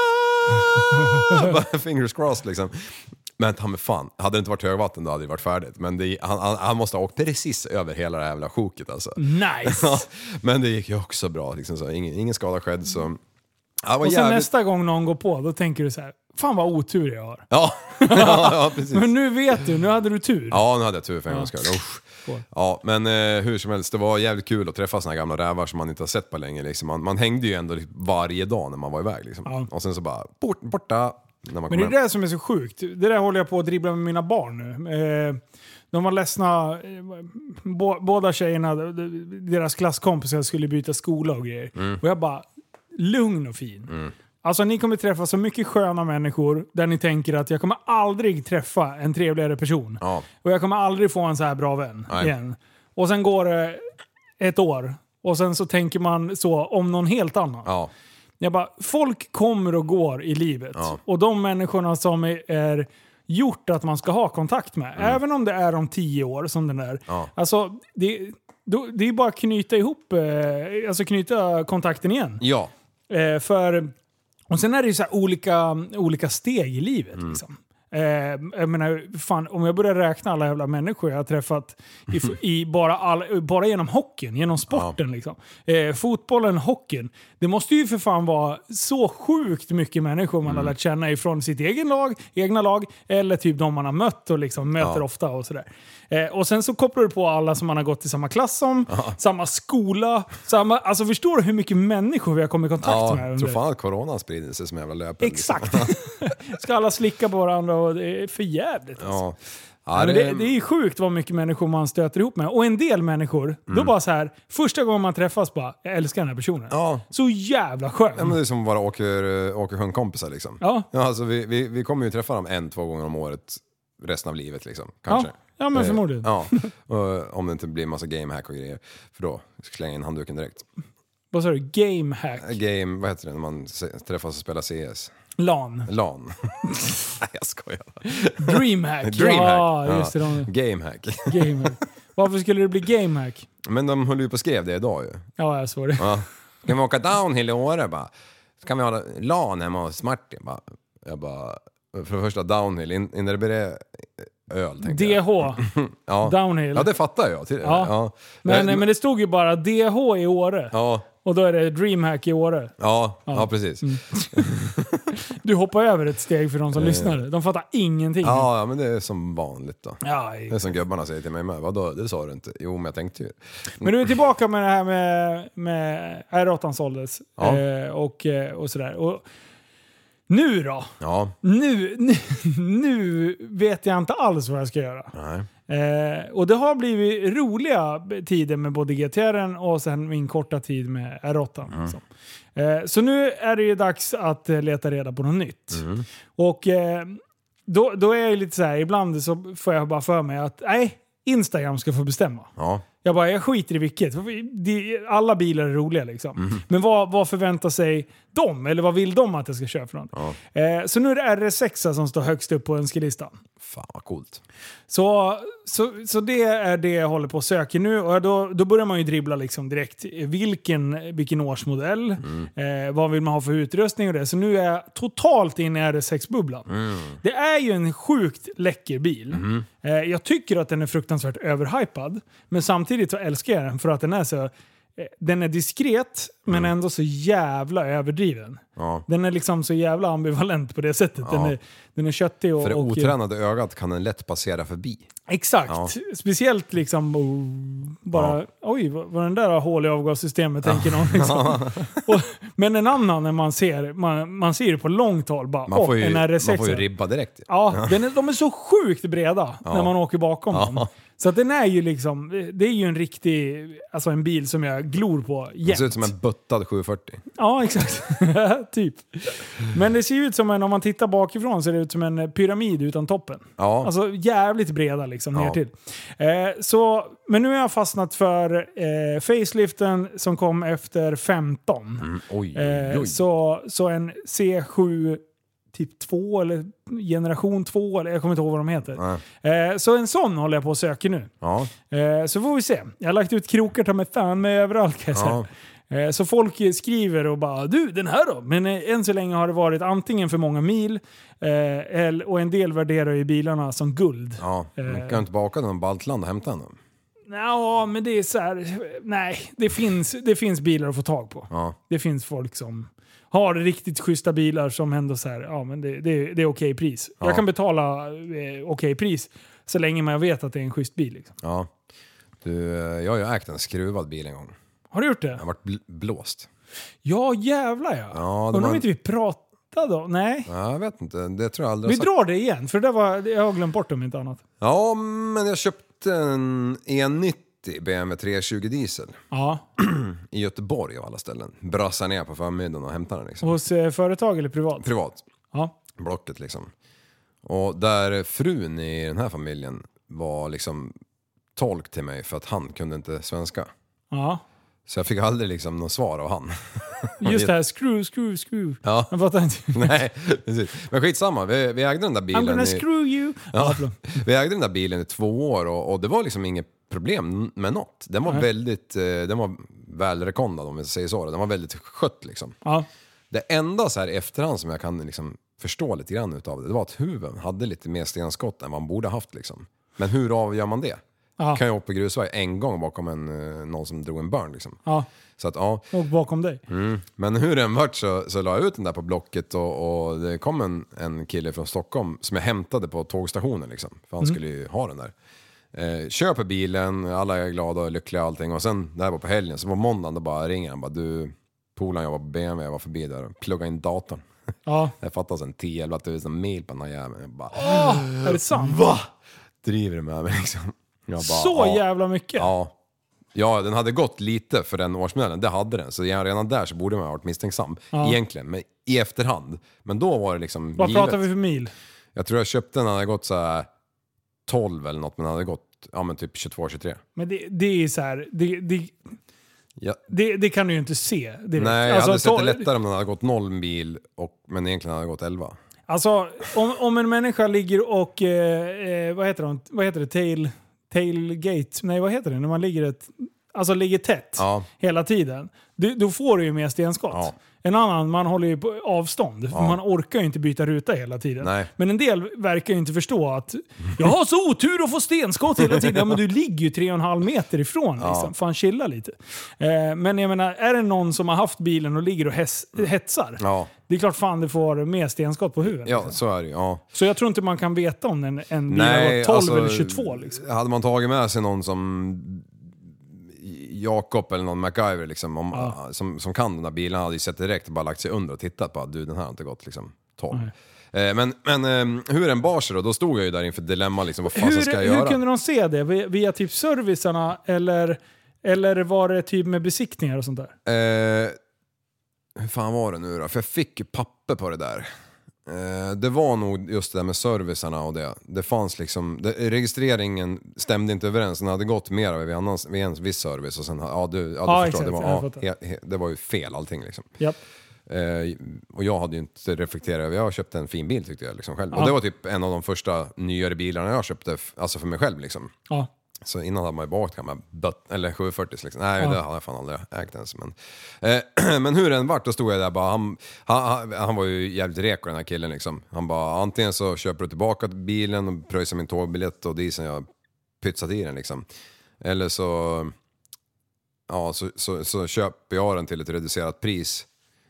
fingers crossed liksom. Men ta med fan, hade det inte varit högvatten då hade det varit färdigt. Men han måste ha åkt precis över hela det här jävla sjoket alltså. Nice! Men det gick ju också bra liksom, så ingen skada skedd så... Ja, och sen nästa gång någon går på, då tänker du så här: fan vad otur jag har. Ja, precis. Men nu vet du, nu hade du tur. Ja, nu hade jag tur för en gång skull. Ja, men hur som helst, det var jävligt kul att träffa såna här gamla rävar som man inte har sett på länge liksom. Man hängde ju ändå varje dag när man var iväg liksom. Ja. Och sen så bara borta när man. Men det är det som är så sjukt. Det där håller jag på att dribbla med mina barn nu. De var ledsna, båda tjejerna, deras klasskompisar skulle byta skola och grejer. Och jag bara, lugn och fin. Alltså ni kommer träffa så mycket sköna människor där ni tänker att jag kommer aldrig träffa en trevligare person. Ja. Och jag kommer aldrig få en så här bra vän igen. Och sen går det ett år. Och sen så tänker man så om någon helt annan. Ja. Jag bara, folk kommer och går i livet. Ja. Och de människorna som är gjort att man ska ha kontakt med. Även om det är om 10 år som den är. Ja. Alltså, det är bara att knyta ihop, alltså knyta kontakten igen. Ja. Och sen är det ju så här olika steg i livet liksom. Jag menar, fan, om jag börjar räkna alla jävla människor jag har träffat bara genom hockeyn, genom sporten liksom. Fotbollen, hockeyn. Det måste ju för fan vara så sjukt mycket människor man har lärt känna ifrån sitt egna lag eller typ de man har mött och liksom möter ofta och sådär. Och sen så kopplar du på alla som man har gått i samma klass som, samma skola, alltså förstår du hur mycket människor vi har kommit i kontakt med? Jag tror fan att corona sprider sig som jävla löpen. Exakt. Ska alla slicka på varandra och det är för jävligt alltså. Ja, det är ju sjukt vad mycket människor man stöter ihop med. Och en del människor, då bara så här, första gången man träffas bara, jag älskar den här personen. Ja. Så jävla skön. Ja, men det är som bara åker hundkompisar liksom. Ja, alltså vi kommer ju träffa dem 1-2 gånger om året resten av livet liksom, kanske. Ja, men förmodligen. Ja, om det inte blir massa gamehack och grejer. För då ska jag slänga in handduken direkt. Vad sa du? Gamehack? Vad heter det när man träffas och spelar CS? LAN. Nej, jag skojar. Dreamhack. Ja, just det. Gamehack. Varför skulle det bli gamehack? Men de höll ju på och skrev det idag ju. Ja, jag såg det. Ja. Kan vi åka downhill i Åre bara? Så kan vi ha LAN hemma hos Martin bara. Jag bara, för det första downhill, innan det blir det öl tänkte DH. Ja. Downhill. Ja, det fattar jag. Ja. Men det stod ju bara DH i Åre. Ja. Och då är det Dreamhack i Åre. Ja, precis. Du hoppar över ett steg för de som lyssnar. De fattar ingenting. Ja, men det är som vanligt då. Ja, det är som gubbarna säger till mig med. Vadå? Det sa du inte. Jo, men jag tänkte ju. Men du är tillbaka med det här med R8 såldes. Och sådär. Och nu då? Ja. Nu vet jag inte alls vad jag ska göra. Nej. Och det har blivit roliga tider med både GTR:en och sen min korta tid med R8. Liksom. Så nu är det ju dags att leta reda på något nytt. Och då är jag lite så här, ibland så får jag bara för mig att Instagram ska få bestämma. Ja. Jag skiter i vilket. Alla bilar är roliga liksom. Men vad förväntar sig de? Eller vad vill de att jag ska köra för något? Ja. Så nu är det RS6 som står högst upp på önskelistan. Fan vad coolt. Så det är det jag håller på att söka nu. Och då börjar man ju dribbla liksom direkt. Vilken årsmodell? Vad vill man ha för utrustning och det. Så nu är jag totalt inne i RS6-bubblan. Det är ju en sjukt läcker bil. Jag tycker att den är fruktansvärt överhypad. Men samtidigt så älskar jag den för att den är diskret men ändå så jävla överdriven. Ja. Den är liksom så jävla ambivalent på det sättet. Ja. Den är köttig för det otränade ögat kan den lätt passera förbi. Exakt. Ja. Speciellt liksom oj, vad den där har hål i avgassystemet tänker någon liksom. Men en annan när man ser det på långt håll bara, man får ju ribba direkt. Ja, de är så sjukt breda när man åker bakom dem. Så att den är ju liksom, det är ju en riktig, alltså en bil som jag glor på jämt. Det ser ut som en puttad 740. Ja, exakt. Typ. Men det ser ut som om man tittar bakifrån ser det ut som en pyramid utan toppen. Ja. Alltså jävligt breda liksom ner till. Men nu har jag fastnat för faceliften som kom efter 15. Oj. Så en C7 typ 2 eller generation 2 eller jag kommer inte ihåg vad de heter. Så en sån håller jag på att söka nu. Ja. Så får vi se. Jag har lagt ut krokar med fan med överallt kan jag säga. Så folk skriver och bara du den här då? Men än så länge har det varit antingen för många mil och en del värderar ju bilarna som guld. Ja, man kan inte bara åka till Baltland och hämta den. Ja, men det är så här, nej, det finns bilar att få tag på. Ja. Det finns folk som har riktigt schyssta bilar som ändå så här, ja men det är okej pris. Ja. Jag kan betala okej pris så länge man vet att det är en schysst bil. Liksom. Ja. Jag har ju ägt en skruvad bil en gång. Har du gjort det? Jag har varit blåst. Ja, jävlar ja. Ja, undrar om inte vi pratade då? Nej. Ja, jag vet inte. Det tror jag aldrig Vi drar det igen, för jag har glömt bort om inte annat. Ja, men jag köpte en E90 BMW 320 diesel. Ja. I Göteborg av alla ställen. Brassade ner på förmiddagen och hämtade den liksom. Hos företag eller privat? Privat. Ja. Blocket liksom. Och där frun i den här familjen var liksom tolk till mig för att han kunde inte svenska. Ja. Så jag fick aldrig liksom något svar av han. Just det här, screw. Ja. Jag fattar inte. Nej, precis. Men skitsamma, vi ägde den där bilen I'm gonna screw you. Ja, vi ägde den där bilen i 2 år och det var liksom inget problem med något. Den var den var välrekondad om vi säger så. Den var väldigt skött liksom. Ja. Det enda så här i efterhand som jag kan liksom förstå lite grann utav det var att huven hade lite mer stenskott än man borde haft liksom. Men hur avgör man det? Ja. Kan jag åka på grusväg en gång bakom någon som drog en burn liksom. Ja. Så att, ja. Och bakom dig. Men hur den vart så la jag ut den där på Blocket och det kom en kille från Stockholm som jag hämtade på tågstationen liksom. För han skulle ju ha den där. Köper bilen, alla är glada och lyckliga och allting. Och sen där var på helgen, så på måndagen då bara ringer han bara, du, polaren jobbar på BMW, jag var förbi där och pluggade in datorn. Ja. Det fattas en 10-11 000 mil på den här jäveln. Jag bara, Är det sant? va? Driver det med mig liksom. Jag bara, Så jävla mycket? Ja, den hade gått lite för den årsmodellen, det hade den. Så redan där så borde man ha varit misstänksam. Egentligen, men i efterhand. Men då var det liksom vad givet. pratar vi för mil? Jag tror jag köpte den, hade gått så här 12 eller något, men den hade gått men typ 22-23. Men det är så här, det kan du ju inte se direkt. Nej, jag hade sett det lättare om den hade gått 0 mil, men egentligen hade det gått 11. Alltså, om en människa ligger och, vad heter det? Tailgate? Nej, vad heter det? När man ligger tätt hela tiden. Då får du ju mer stenskott. Ja. En annan, man håller ju på avstånd. För man orkar ju inte byta ruta hela tiden. Nej. Men en del verkar ju inte förstå att jag har så otur att få stenskott hela tiden. Ja, men du ligger ju 3,5 meter ifrån. Liksom. Fan, chilla lite. Men jag menar, är det någon som har haft bilen och ligger och hetsar? Ja. Det är klart fan det får mer stenskott på huvudet. Ja, liksom. så är det ju. Så jag tror inte man kan veta om en bil var 12 eller 22. Liksom. Hade man tagit med sig någon som Jakob eller någon MacGyver liksom, som kan den där bilen, hade ju sett direkt och bara lagt sig under och tittat på att du, den här har inte gått liksom 12. Men hur den bar sig då stod jag ju där inför dilemma liksom, vad fan ska jag göra? Hur kunde de se det? Via typ servicerna eller var det typ med besiktningar och sånt där? Hur fan var det nu då? För jag fick ju papper på det där. Det var nog just det där med servicerna och det. Det fanns liksom, registreringen stämde inte överens. Den hade gått mer vid en viss service och sen, du förstår, det var ju fel allting liksom. Yep. Och jag hade ju inte reflekterat. Jag köpte en fin bil tyckte jag liksom själv. Och det var typ en av de första nyare bilarna jag köpte, alltså för mig själv liksom. Ja. Så innan hade man ju bara åkt eller 740 liksom. Nej, det hade jag fan aldrig ägt ens. Men hur den vart, då stod jag där bara, han var ju jävligt reko den här killen liksom. Han bara, antingen så köper du tillbaka bilen och pröjsar min tågbiljett och dieseln jag pytsat i den liksom. Eller så köper jag den till ett reducerat pris.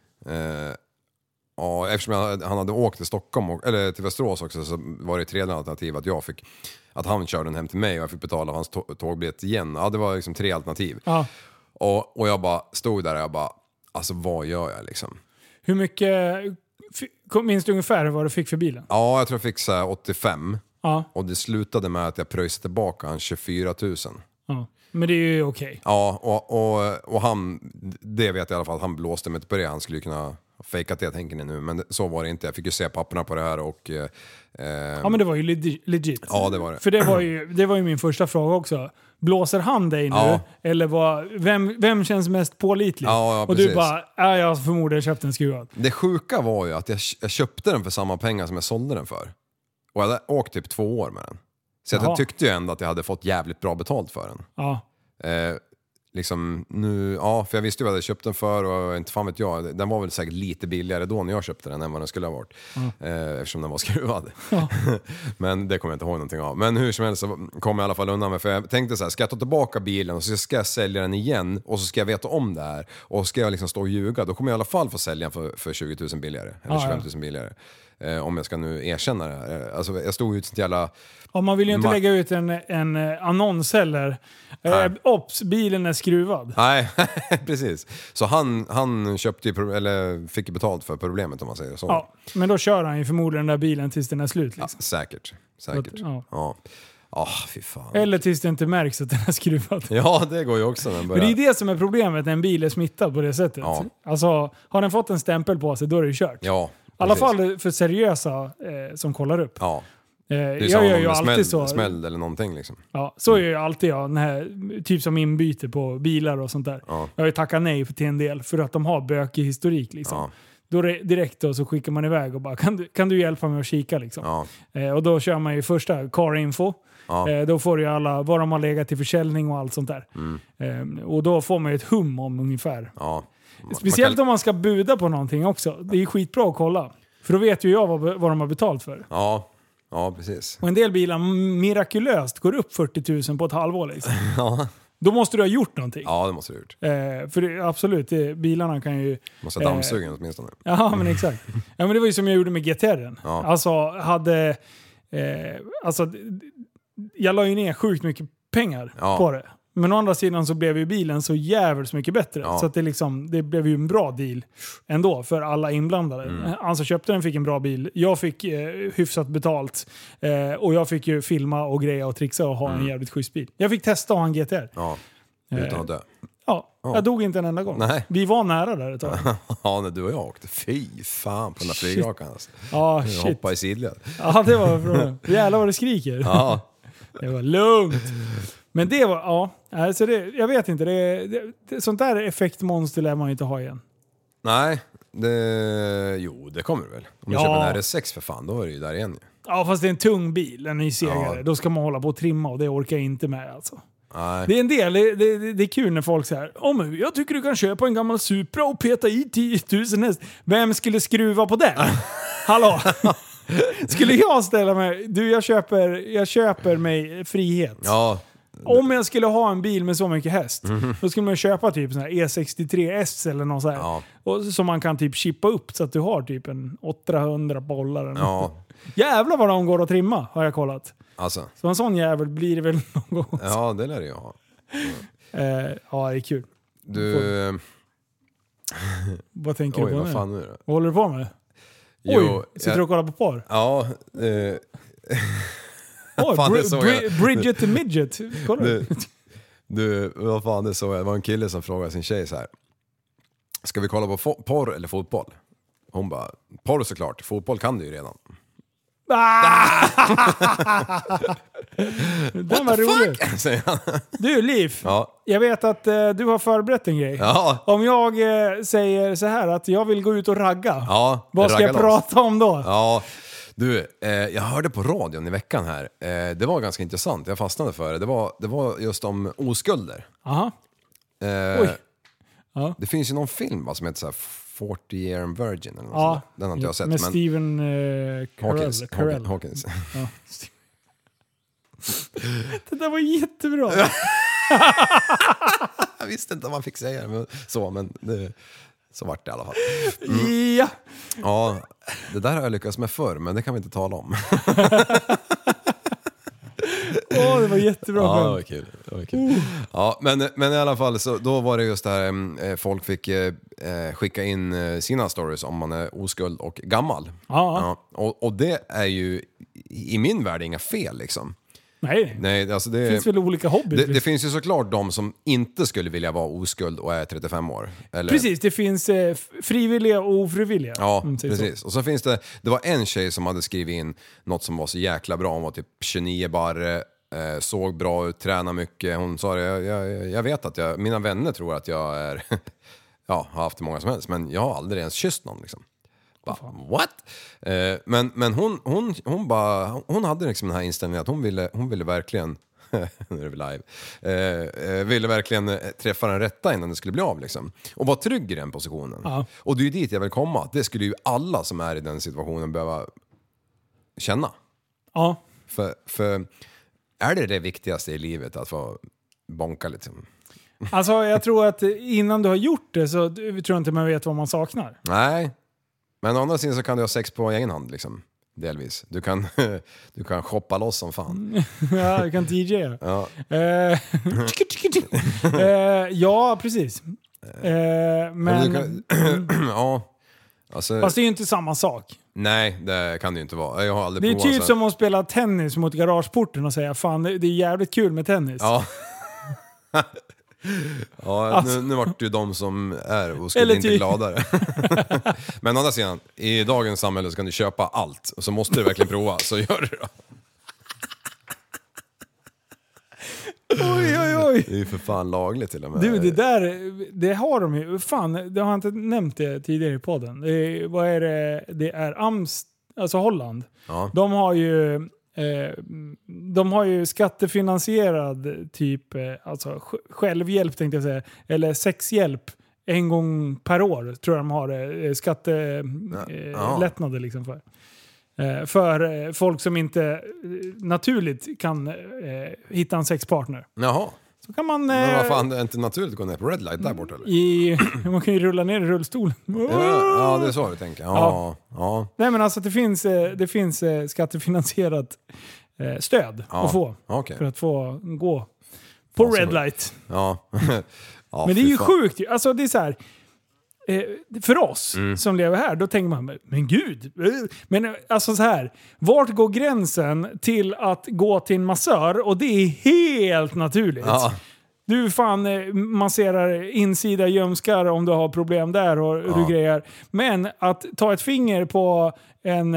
Eftersom han hade åkt till Stockholm eller till Västerås också, så var det ett tredje alternativ att han körde den hem till mig och jag fick betala hans tågbiljett igen. Ja, det var liksom 3 alternativ. Ja. Och jag bara stod där och jag bara, alltså vad gör jag liksom? Hur mycket, minns du ungefär vad du fick för bilen? Ja, jag tror jag fick så här 85. Ja. Och det slutade med att jag pröjsade tillbaka han 24 000. Ja. men det är ju okej. Ja, och han, det vet jag i alla fall, han blåste mig på det. Han skulle kunna fejkat det, tänker ni nu. Men så var det inte. Jag fick ju se papperna på det här och... ja, men det var ju legit. Ja, det var det. För det var ju min första fråga också. Blåser han dig nu? Ja. Eller vem känns mest pålitlig? Ja, och du bara, jag har förmodligen köpt en skruvad. Det sjuka var ju att jag köpte den för samma pengar som jag sålde den för. Och jag hade åkt typ 2 år med den. Så jag tyckte ju ändå att jag hade fått jävligt bra betalt för den. Ja. Liksom nu, ja, för jag visste ju vad jag hade köpt den för och inte fan vet jag, den var väl säkert lite billigare då när jag köpte den än vad den skulle ha varit. Eftersom den var skruvad. Ja. Men det kommer jag inte ihåg någonting av. Men hur som helst så kom jag i alla fall undan med, för jag tänkte så här, ska jag ta tillbaka bilen och så ska jag sälja den igen och så ska jag veta om det här och ska jag liksom stå och ljuga, då kommer jag i alla fall få sälja den för 20 000 billigare eller 25 000 billigare. Om jag ska nu erkänna det. Alltså jag stod ut ett jävla... Ja, man vill ju inte lägga ut en annons heller. Ops, bilen är skruvad. Nej, precis. Så han köpte ju, eller fick ju betalt för problemet om man säger så. Ja, men då kör han ju förmodligen den där bilen tills den är slut. Liksom. Ja, säkert. Ja. Fy fan. Eller tills det inte märks att den är skruvad. Ja, det går ju också. Men det är det som är problemet när en bil är smittad på det sättet. Ja. Alltså, har den fått en stämpel på sig, då är det ju kört. Ja. I alla fall för seriösa som kollar upp. Ja. Jag gör ju alltid så. Smäll eller någonting liksom. Ja, så gör jag alltid. Ja, typ som inbyte på bilar och sånt där. Ja. Jag har ju tackat nej till en del för att de har bökig historik liksom. Ja. Då direkt då så skickar man iväg och bara kan du hjälpa mig att kika liksom. Ja. Och då kör man ju första car info. Ja. Då får ju alla vad de har legat till försäljning och allt sånt där. Och då får man ju ett hum om ungefär. Ja. Speciellt om man ska buda på någonting också. Det är skitbra att kolla. För då vet ju jag vad de har betalt för. Ja, precis. Och en del bilar mirakulöst går upp 40 000 på ett halvår liksom. Ja. Då måste du ha gjort någonting. Ja, det måste du ha gjort. För absolut, bilarna kan ju... Måste ha dammsugen åtminstone. Ja, men exakt. Ja, men det var ju som jag gjorde med GTR:en. Ja. Alltså, jag la ju ner sjukt mycket pengar på det. Men å andra sidan så blev ju bilen så jävligt mycket bättre. Ja. Så att det blev ju en bra deal ändå för alla inblandade. Han som köpte den fick en bra bil. Jag fick hyfsat betalt. Och jag fick ju filma och greja och trixa och ha en jävligt schysst bil. Jag fick testa att ha en GTR. Ja, utan att dö. Ja, jag dog inte en enda gång. Nej. Vi var nära där ett tag. Ja, när du och jag åkte. Fy fan på den där flygrakan. Alltså. Ja, shit. Hoppa i sidled. Ja, det var bra. Jävlar vad det skriker. Ja. Det var lugnt. Men det var, alltså jag vet inte, sånt där effektmonster lär man ju inte ha igen. Nej, det kommer väl. Om du köper en RS6 för fan, då är det ju där igen ju. Ja, fast det är en tung bil, en ny segare. Då ska man hålla på och trimma och det orkar jag inte med alltså. Nej. Det är en del, det är kul när folk säger men jag tycker du kan köpa en gammal Supra och peta i 10 000 häst. Vem skulle skruva på den? Hallå? Skulle jag ställa mig, jag köper mig frihet. Ja. Om jag skulle ha en bil med så mycket häst, då skulle man köpa typ sån här E63S eller något så här. Ja. Och som man kan typ chippa upp så att du har typ en 800 bollar eller något. Jävlar vad de går att trimma, har jag kollat. Alltså. Så en sån jävel blir det väl någon gång. Ja, det lär det ju ha. Ja, det är kul. Du... Vad tänker du på vad nu? Fan nu då? Vad håller du på med? Oj, sitter du och kollar på porr? Ja, Bridget the Midget. Du, vad fan det så? Det var en kille som frågade sin tjej så här: ska vi kolla på porr eller fotboll? Hon bara, porr såklart, fotboll kan du ju redan. Den var rolig, säger han. Du, Liv, jag vet att du har förberett en grej. Om jag säger så här att jag vill gå ut och ragga, vad ska jag prata om då? Du, jag hörde på radion i veckan här. Det var ganska intressant. Jag fastnade för det. Det var just om oskulder. Aha. Det finns ju någon film som heter så här 40 Year and Virgin eller något sånt. Den har inte jag sett. Med Steven Hawkins. Ja. Det där var jättebra. Jag visste inte om man fick säga det, men så vart det i alla fall. Ja. Ja, det där har jag lyckats med förr, men det kan vi inte tala om. Det var jättebra. Ja, det var kul. Ja, men i alla fall så då var det just det här, folk fick skicka in sina stories om man är oskuld och gammal. Ja, och det är ju i min värld inga fel liksom. Nej, alltså det finns väl olika hobbys. Det finns ju såklart de som inte skulle vilja vara oskuld och är 35 år. Eller... Precis, det finns frivilliga och ofrivilliga. Ja, precis. Så. Och så finns det var en tjej som hade skrivit in något som var så jäkla bra. Hon var typ 29 barre, såg bra ut, tränade mycket. Hon sa det, jag vet att mina vänner tror att jag är, har haft det många som helst, men jag har aldrig ens kysst någon liksom. What? Men hon hade liksom den här inställningen att hon ville verkligen nu är vi live. Ville verkligen träffa den rätta innan det skulle bli av liksom. Och vara trygg i den positionen. Ja. Och det är ju dit jag vill komma. Det skulle ju alla som är i den situationen behöva känna. Ja. För är det viktigaste i livet att få bonka liksom? Alltså jag tror att innan du har gjort det så tror jag inte man vet vad man saknar. Nej. Men å andra sidan så kan du ha sex på egen hand liksom. Delvis. Du kan shoppa loss som fan. Ja, du kan DJa. Ja. Ja, precis. Men... ja. Alltså... Fast det är ju inte samma sak. Nej, det kan det ju inte vara. Jag har aldrig provat. Det är typ som att spela tennis mot garageporten och säga fan, det är jävligt kul med tennis. Ja. Ja, alltså. nu vart det ju de som är oskuldigt inte gladare. Men å andra sidan, i dagens samhälle så kan du köpa allt. Och så måste du verkligen prova, så gör det då. Oj. Det är ju för fan lagligt till och med. Du, det har de ju. Fan, det har jag inte nämnt det tidigare i podden. Vad är det? Det är alltså Holland. Ja. De har ju skattefinansierad typ alltså självhjälp tänkte jag säga, eller sexhjälp en gång per år tror jag de har skattelättnader liksom för folk som inte naturligt kan hitta en sexpartner. Jaha. Så kan man... Men vad fan, det är inte naturligt att gå ner på Red Light där borta eller? Man kan ju rulla ner i rullstolen. Ja, det är så du tänker. Ja. Nej men alltså det finns skattefinansierat stöd att få. Okay. För att få gå på Red Light. Ja. Men det är ju sjukt. Alltså det är så här... för oss som lever här, då tänker man, men gud. Men alltså så här, vart går gränsen till att gå till en massör? Och det är helt naturligt. Ja. Du fan masserar insida gömskar om du har problem där och du grejer. Men att ta ett finger på en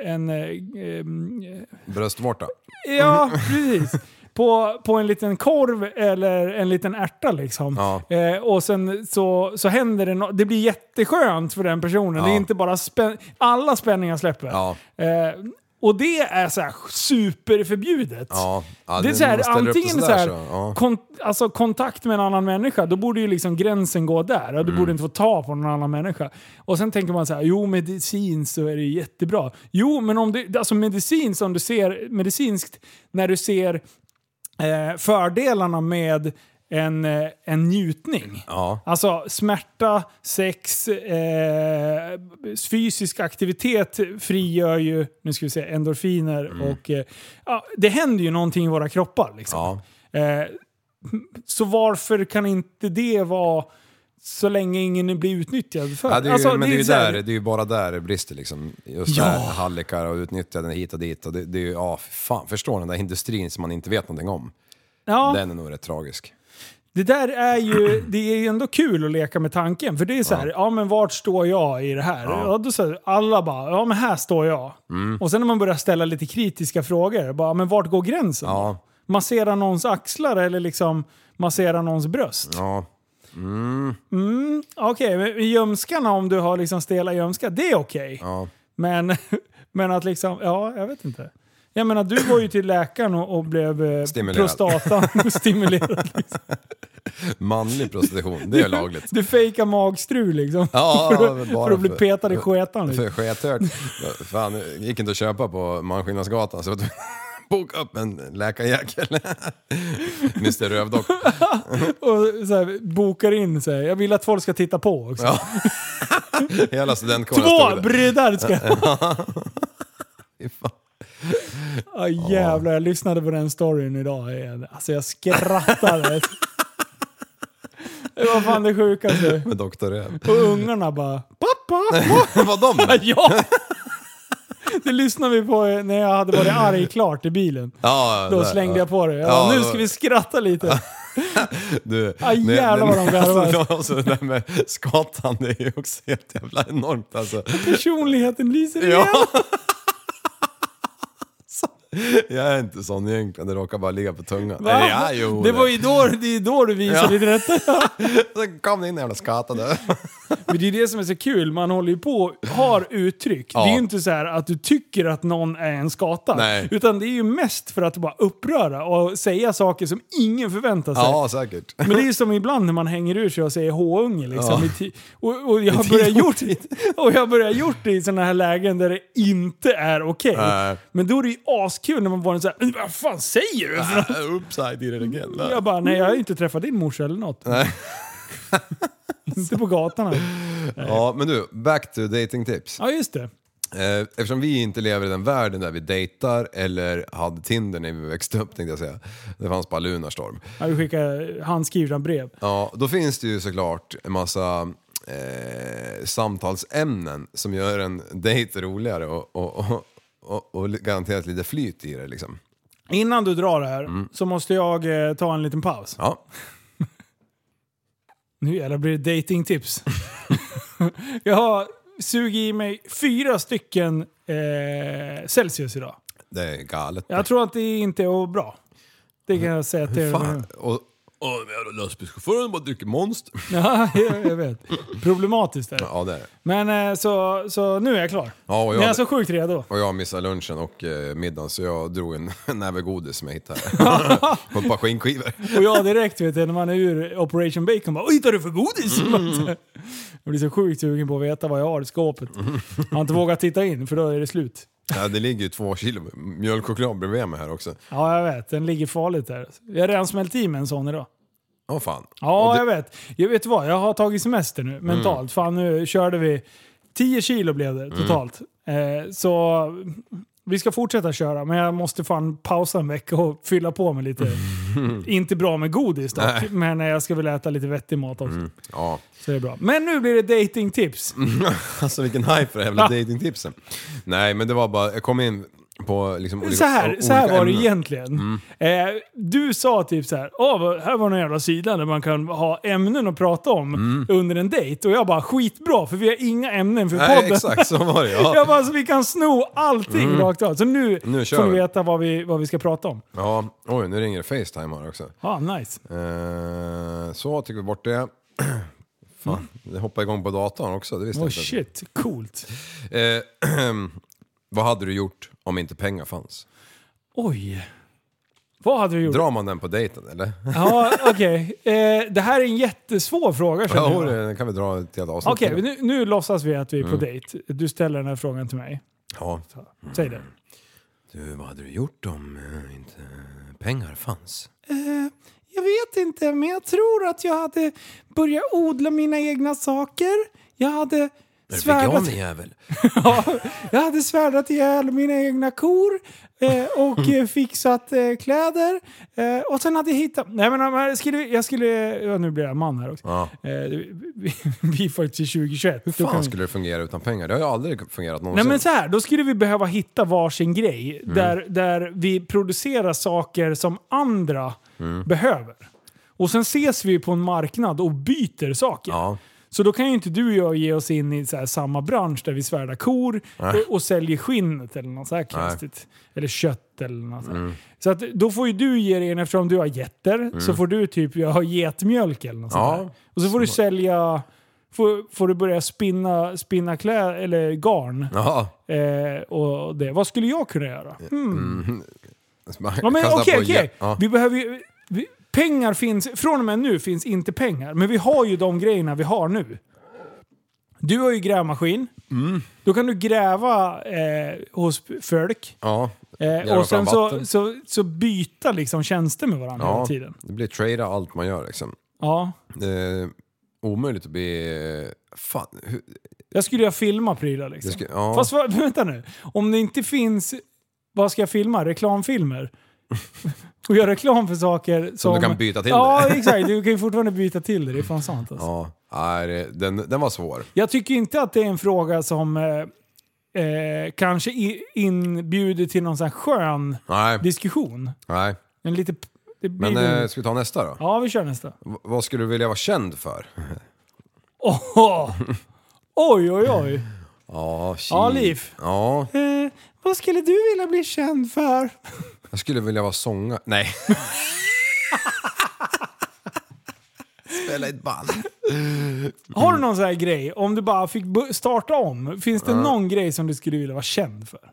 bröstvårta. Ja, precis. På en liten korv eller en liten ärta liksom. Ja. Och sen så händer det det blir jätteskönt för den personen. Ja. Det är inte bara alla spänningar släpper. Ja. Och det är så här superförbjudet. Ja. Det är så här, antingen så här, alltså kontakt med en annan människa, då borde ju liksom gränsen gå där. Du borde inte få ta på någon annan människa. Och sen tänker man så här, jo medicin så är det jättebra. Jo, men om det alltså medicin som du ser medicinskt när du ser fördelarna med en njutning. Ja. Alltså smärta, sex, fysisk aktivitet frigör ju, nu ska vi säga, endorfiner och det händer ju någonting i våra kroppar liksom. Ja. Så varför kan inte det vara så länge ingen blir utnyttjad för? Ja, det är ju, alltså, men det är ju bara där det brister liksom. Just där hallickar och utnyttjade hit och dit. Och det är ju, fan, förstår den där industrin som man inte vet någonting om. Ja. Den är nog rätt tragisk. Det där är ju ändå kul att leka med tanken. För det är så här, men vart står jag i det här? Ja, då säger alla bara, men här står jag. Och sen när man börjar ställa lite kritiska frågor, bara, men vart går gränsen? Ja. Massera någons axlar eller liksom massera någons bröst? Ja. Okej, men gömskarna, om du har liksom stela gömskar, det är okej. Ja. Men att liksom, jag vet inte. Jag menar, du var ju till läkaren och blev prostatan stimulerad. Liksom. Manlig prostitution, det är lagligt. Du fejkar magstrul liksom. Ja, för att bli petad i sketan. Liksom. För skethört. Fan, gick inte att köpa på Malmskillnadsgatan så boka upp en läkarjäkel. Mr. Rövdock. Och så här, bokar in så här. Jag vill att folk ska titta på också. Ja. Hela studentkåren. 2 brudar ska. Jävlar, jag lyssnade på den storyn idag. Alltså jag skrattade. Det var fan det sjukaste. Med Dr. Röv. Och ungarna bara, pappa! Vad de? Ja! Det lyssnade vi på när jag hade varit arg klart i bilen. Ja, då slängde jag på det. Ja, nu ska vi skratta lite. Du, jävlar vad de garvar. Alltså, det där med skatan, det är ju också helt jävla enormt alltså. Personligheten lyser igen. Jag är inte sån egentligen, det råkar bara ligga på tungan. Ja, det var ju då du visade ditt rätta. Så kom det in en jävla skata där. Men det är det som är så kul, man håller ju på har uttryck. Ja. Det är ju inte så här att du tycker att någon är en skata. Nej. Utan det är ju mest för att bara uppröra och säga saker som ingen förväntar sig. Ja, säkert. Men det är ju som ibland när man hänger ur sig och säger H-unge liksom. Ja. Och jag har börjat gjort det i sådana här lägen där det inte är okej. Men då är det ju askul när man bara såhär, vad fan säger du? Upside did it again. Jag bara, nej jag har inte träffat din morsa eller något. Nej. Inte på gatan här. Ja, men du, back to dating tips. Ja, just det. Eftersom vi inte lever i den världen där vi dejtar eller hade Tinder när vi växte upp, tänkte jag säga. Det fanns bara Lunarstorm. Ja, vi skickar handskrivna brev. Ja, då finns det ju såklart en massa samtalsämnen som gör en dejt roligare och garanterat lite flyt i det liksom. Innan du drar det här så måste jag ta en liten paus. Ja. Nu jävlar blir det datingtips. Jag har sugit i mig 4 stycken Celsius idag. Det är galet. Jag tror att det inte är bra. Det kan jag säga till er. Jävla lastbilschauffören bara dricker Monster. Ja, jag vet. Problematiskt är det. Ja, det är det. Men så nu är jag klar. Ja, och jag är så sjukt redo. Och jag missade lunchen och middagen, så jag drog en näve godis som jag hittade. Och ett par skinkskivor. Och jag direkt, vet du, när man är ur Operation Bacon bara, vad hittar du för godis? Jag blir så sjukt sugen på att veta vad jag har i skåpet. Jag har inte vågat titta in, för då är det slut. Ja, det ligger ju 2 kilo mjölkchoklad bredvid mig här också. Ja, jag vet. Den ligger farligt där. Jag har redan smält i med en sån idag. Åh fan. Ja, jag vet. Jag vet vad, jag har tagit semester nu, mentalt. Fan, nu körde vi 10 kilo blev det totalt. Så vi ska fortsätta köra, men jag måste fan pausa en vecka och fylla på med lite. Inte bra med godis dock, men jag ska väl äta lite vettig mat också. Ja. Så det är bra. Men nu blir det datingtips. Alltså vilken hype för det jävla datingtipsen. Nej, men det var bara, jag kom in på liksom så här var det egentligen. Du sa typ så här, här var en jävla sida där man kan ha ämnen att prata om under en dejt. Och jag bara, skitbra, för vi har inga ämnen för podden. Nej, exakt, så var det. Ja. Jag bara, så vi kan sno allting rakt av. Så nu får vi veta vad vi ska prata om. Ja, oj, nu ringer det FaceTime här också. Ja, nice. Så tycker vi bort det. Fan, det hoppar igång på datorn också, det visste jag inte. Shit, coolt. Vad hade du gjort om inte pengar fanns? Oj. Vad hade du gjort? Drar man den på dejten, eller? Ja, okej. Det här är en jättesvår fråga. Ja, det kan vi dra till ett avsnitt. Okej, nu låtsas vi att vi är på dejt. Du ställer den här frågan till mig. Ja. Så, säg det. Du, vad hade du gjort om inte pengar fanns? Jag vet inte, men jag tror att jag hade börjat odla mina egna saker. Jag hade svärdat... Ja, jag hade svärdat ihjäl mina egna kor och fixat kläder. Och sen hade jag hittat... Nej, men jag skulle... Ja, nu blir jag man här också. Ja. Vi får till 2021. Hur fan skulle det fungera utan pengar? Det har ju aldrig fungerat någonsin. Nej, men så här, då skulle vi behöva hitta varsin grej där vi producerar saker som andra behöver. Och sen ses vi på en marknad och byter saker. Ja. Så då kan ju inte du och jag ge oss in i så här samma bransch där vi svärdar kor och säljer skinnet eller något så här konstigt. Eller kött eller något så här. Så att då får ju du ge dig in, eftersom du har getter, så får du typ ha getmjölk eller något så här. Och så får du sälja... Får du börja spinna kläder eller garn. Och det. Vad skulle jag kunna göra? Ja, men okej. Ja. Vi behöver ju... Pengar finns, från och med nu finns inte pengar. Men vi har ju de grejerna vi har nu. Du har ju grävmaskin. Då kan du gräva hos folk. Ja. Och sen så byta liksom tjänster med varandra hela tiden. Det blir trada allt man gör liksom. Ja. Det är omöjligt att bli... Fan. Jag skulle ju filma prylar liksom. Fast vänta nu. Om det inte finns... Vad ska jag filma? Reklamfilmer? Och göra reklam för saker som... du kan byta till det. Ja, exakt. Du kan ju fortfarande byta till det. Det är fan sant alltså. Ja, den var svår. Jag tycker inte att det är en fråga som kanske inbjuder till någon sån här skön diskussion. Nej. En lite, men ska vi ta nästa då? Ja, vi kör nästa. Vad skulle du vilja vara känd för? Oj, oj, oj. Ja, Liv. Ja. Vad skulle du vilja bli känd för? Jag skulle vilja vara sångare. Nej. Spela ett band. Har du någon sån här grej? Om du bara fick starta om. Finns det någon grej som du skulle vilja vara känd för?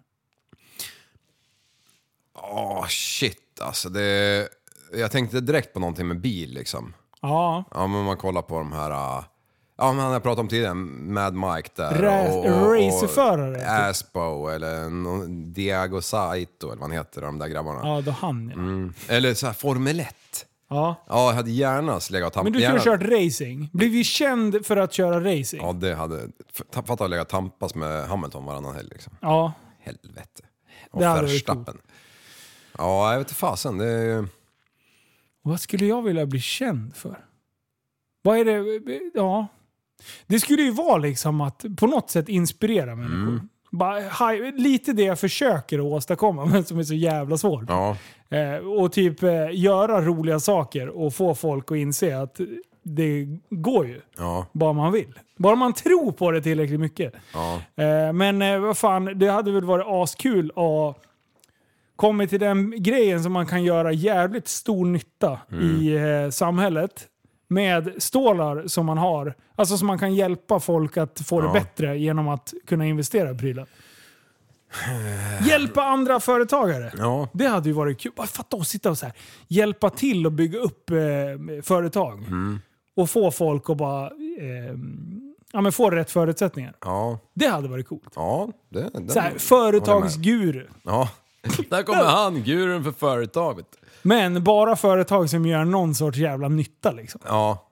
Shit. Alltså jag tänkte direkt på någonting med bil liksom. Ja. Ja, men man kollar på de här... Ja, men han har pratat om tidigare. Mad Mike där. Racerförare. Aspo eller Diego Saito eller vad han heter, de där grabbarna. Ja, då han. Eller så här Formel 1. Ja. Ja, jag hade gärna legat och tampas. Men du skulle ha kört racing. Blev vi känd för att köra racing? Ja, det hade... Fattar att lägga tampas med Hamilton varannan helg liksom. Ja. Helvete. Och Det Verstappen. Ja, jag vet inte fasen. Det är... Vad skulle jag vilja bli känd för? Vad är det? Ja. Det skulle ju vara liksom att på något sätt inspirera människor. Bara, lite det jag försöker att åstadkomma, men som är så jävla svårt. Ja. Och typ göra roliga saker och få folk att inse att det går ju. Ja. Bara man vill. Bara man tror på det tillräckligt mycket. Ja. Men vad fan, det hade väl varit askul att komma till den grejen som man kan göra jävligt stor nytta i samhället. Med stålar som man har. Alltså som man kan hjälpa folk att få det bättre genom att kunna investera i prylar. Hjälpa andra företagare. Ja. Det hade ju varit kul. Bara fatta att sitta och så här, hjälpa till och bygga upp företag. Och få folk att bara men få rätt förutsättningar. Ja. Det hade varit coolt. Ja. Så här, företagsguru. Ja. Där kommer han, gurun för företaget. Men bara företag som gör någon sorts jävla nytta liksom. Ja.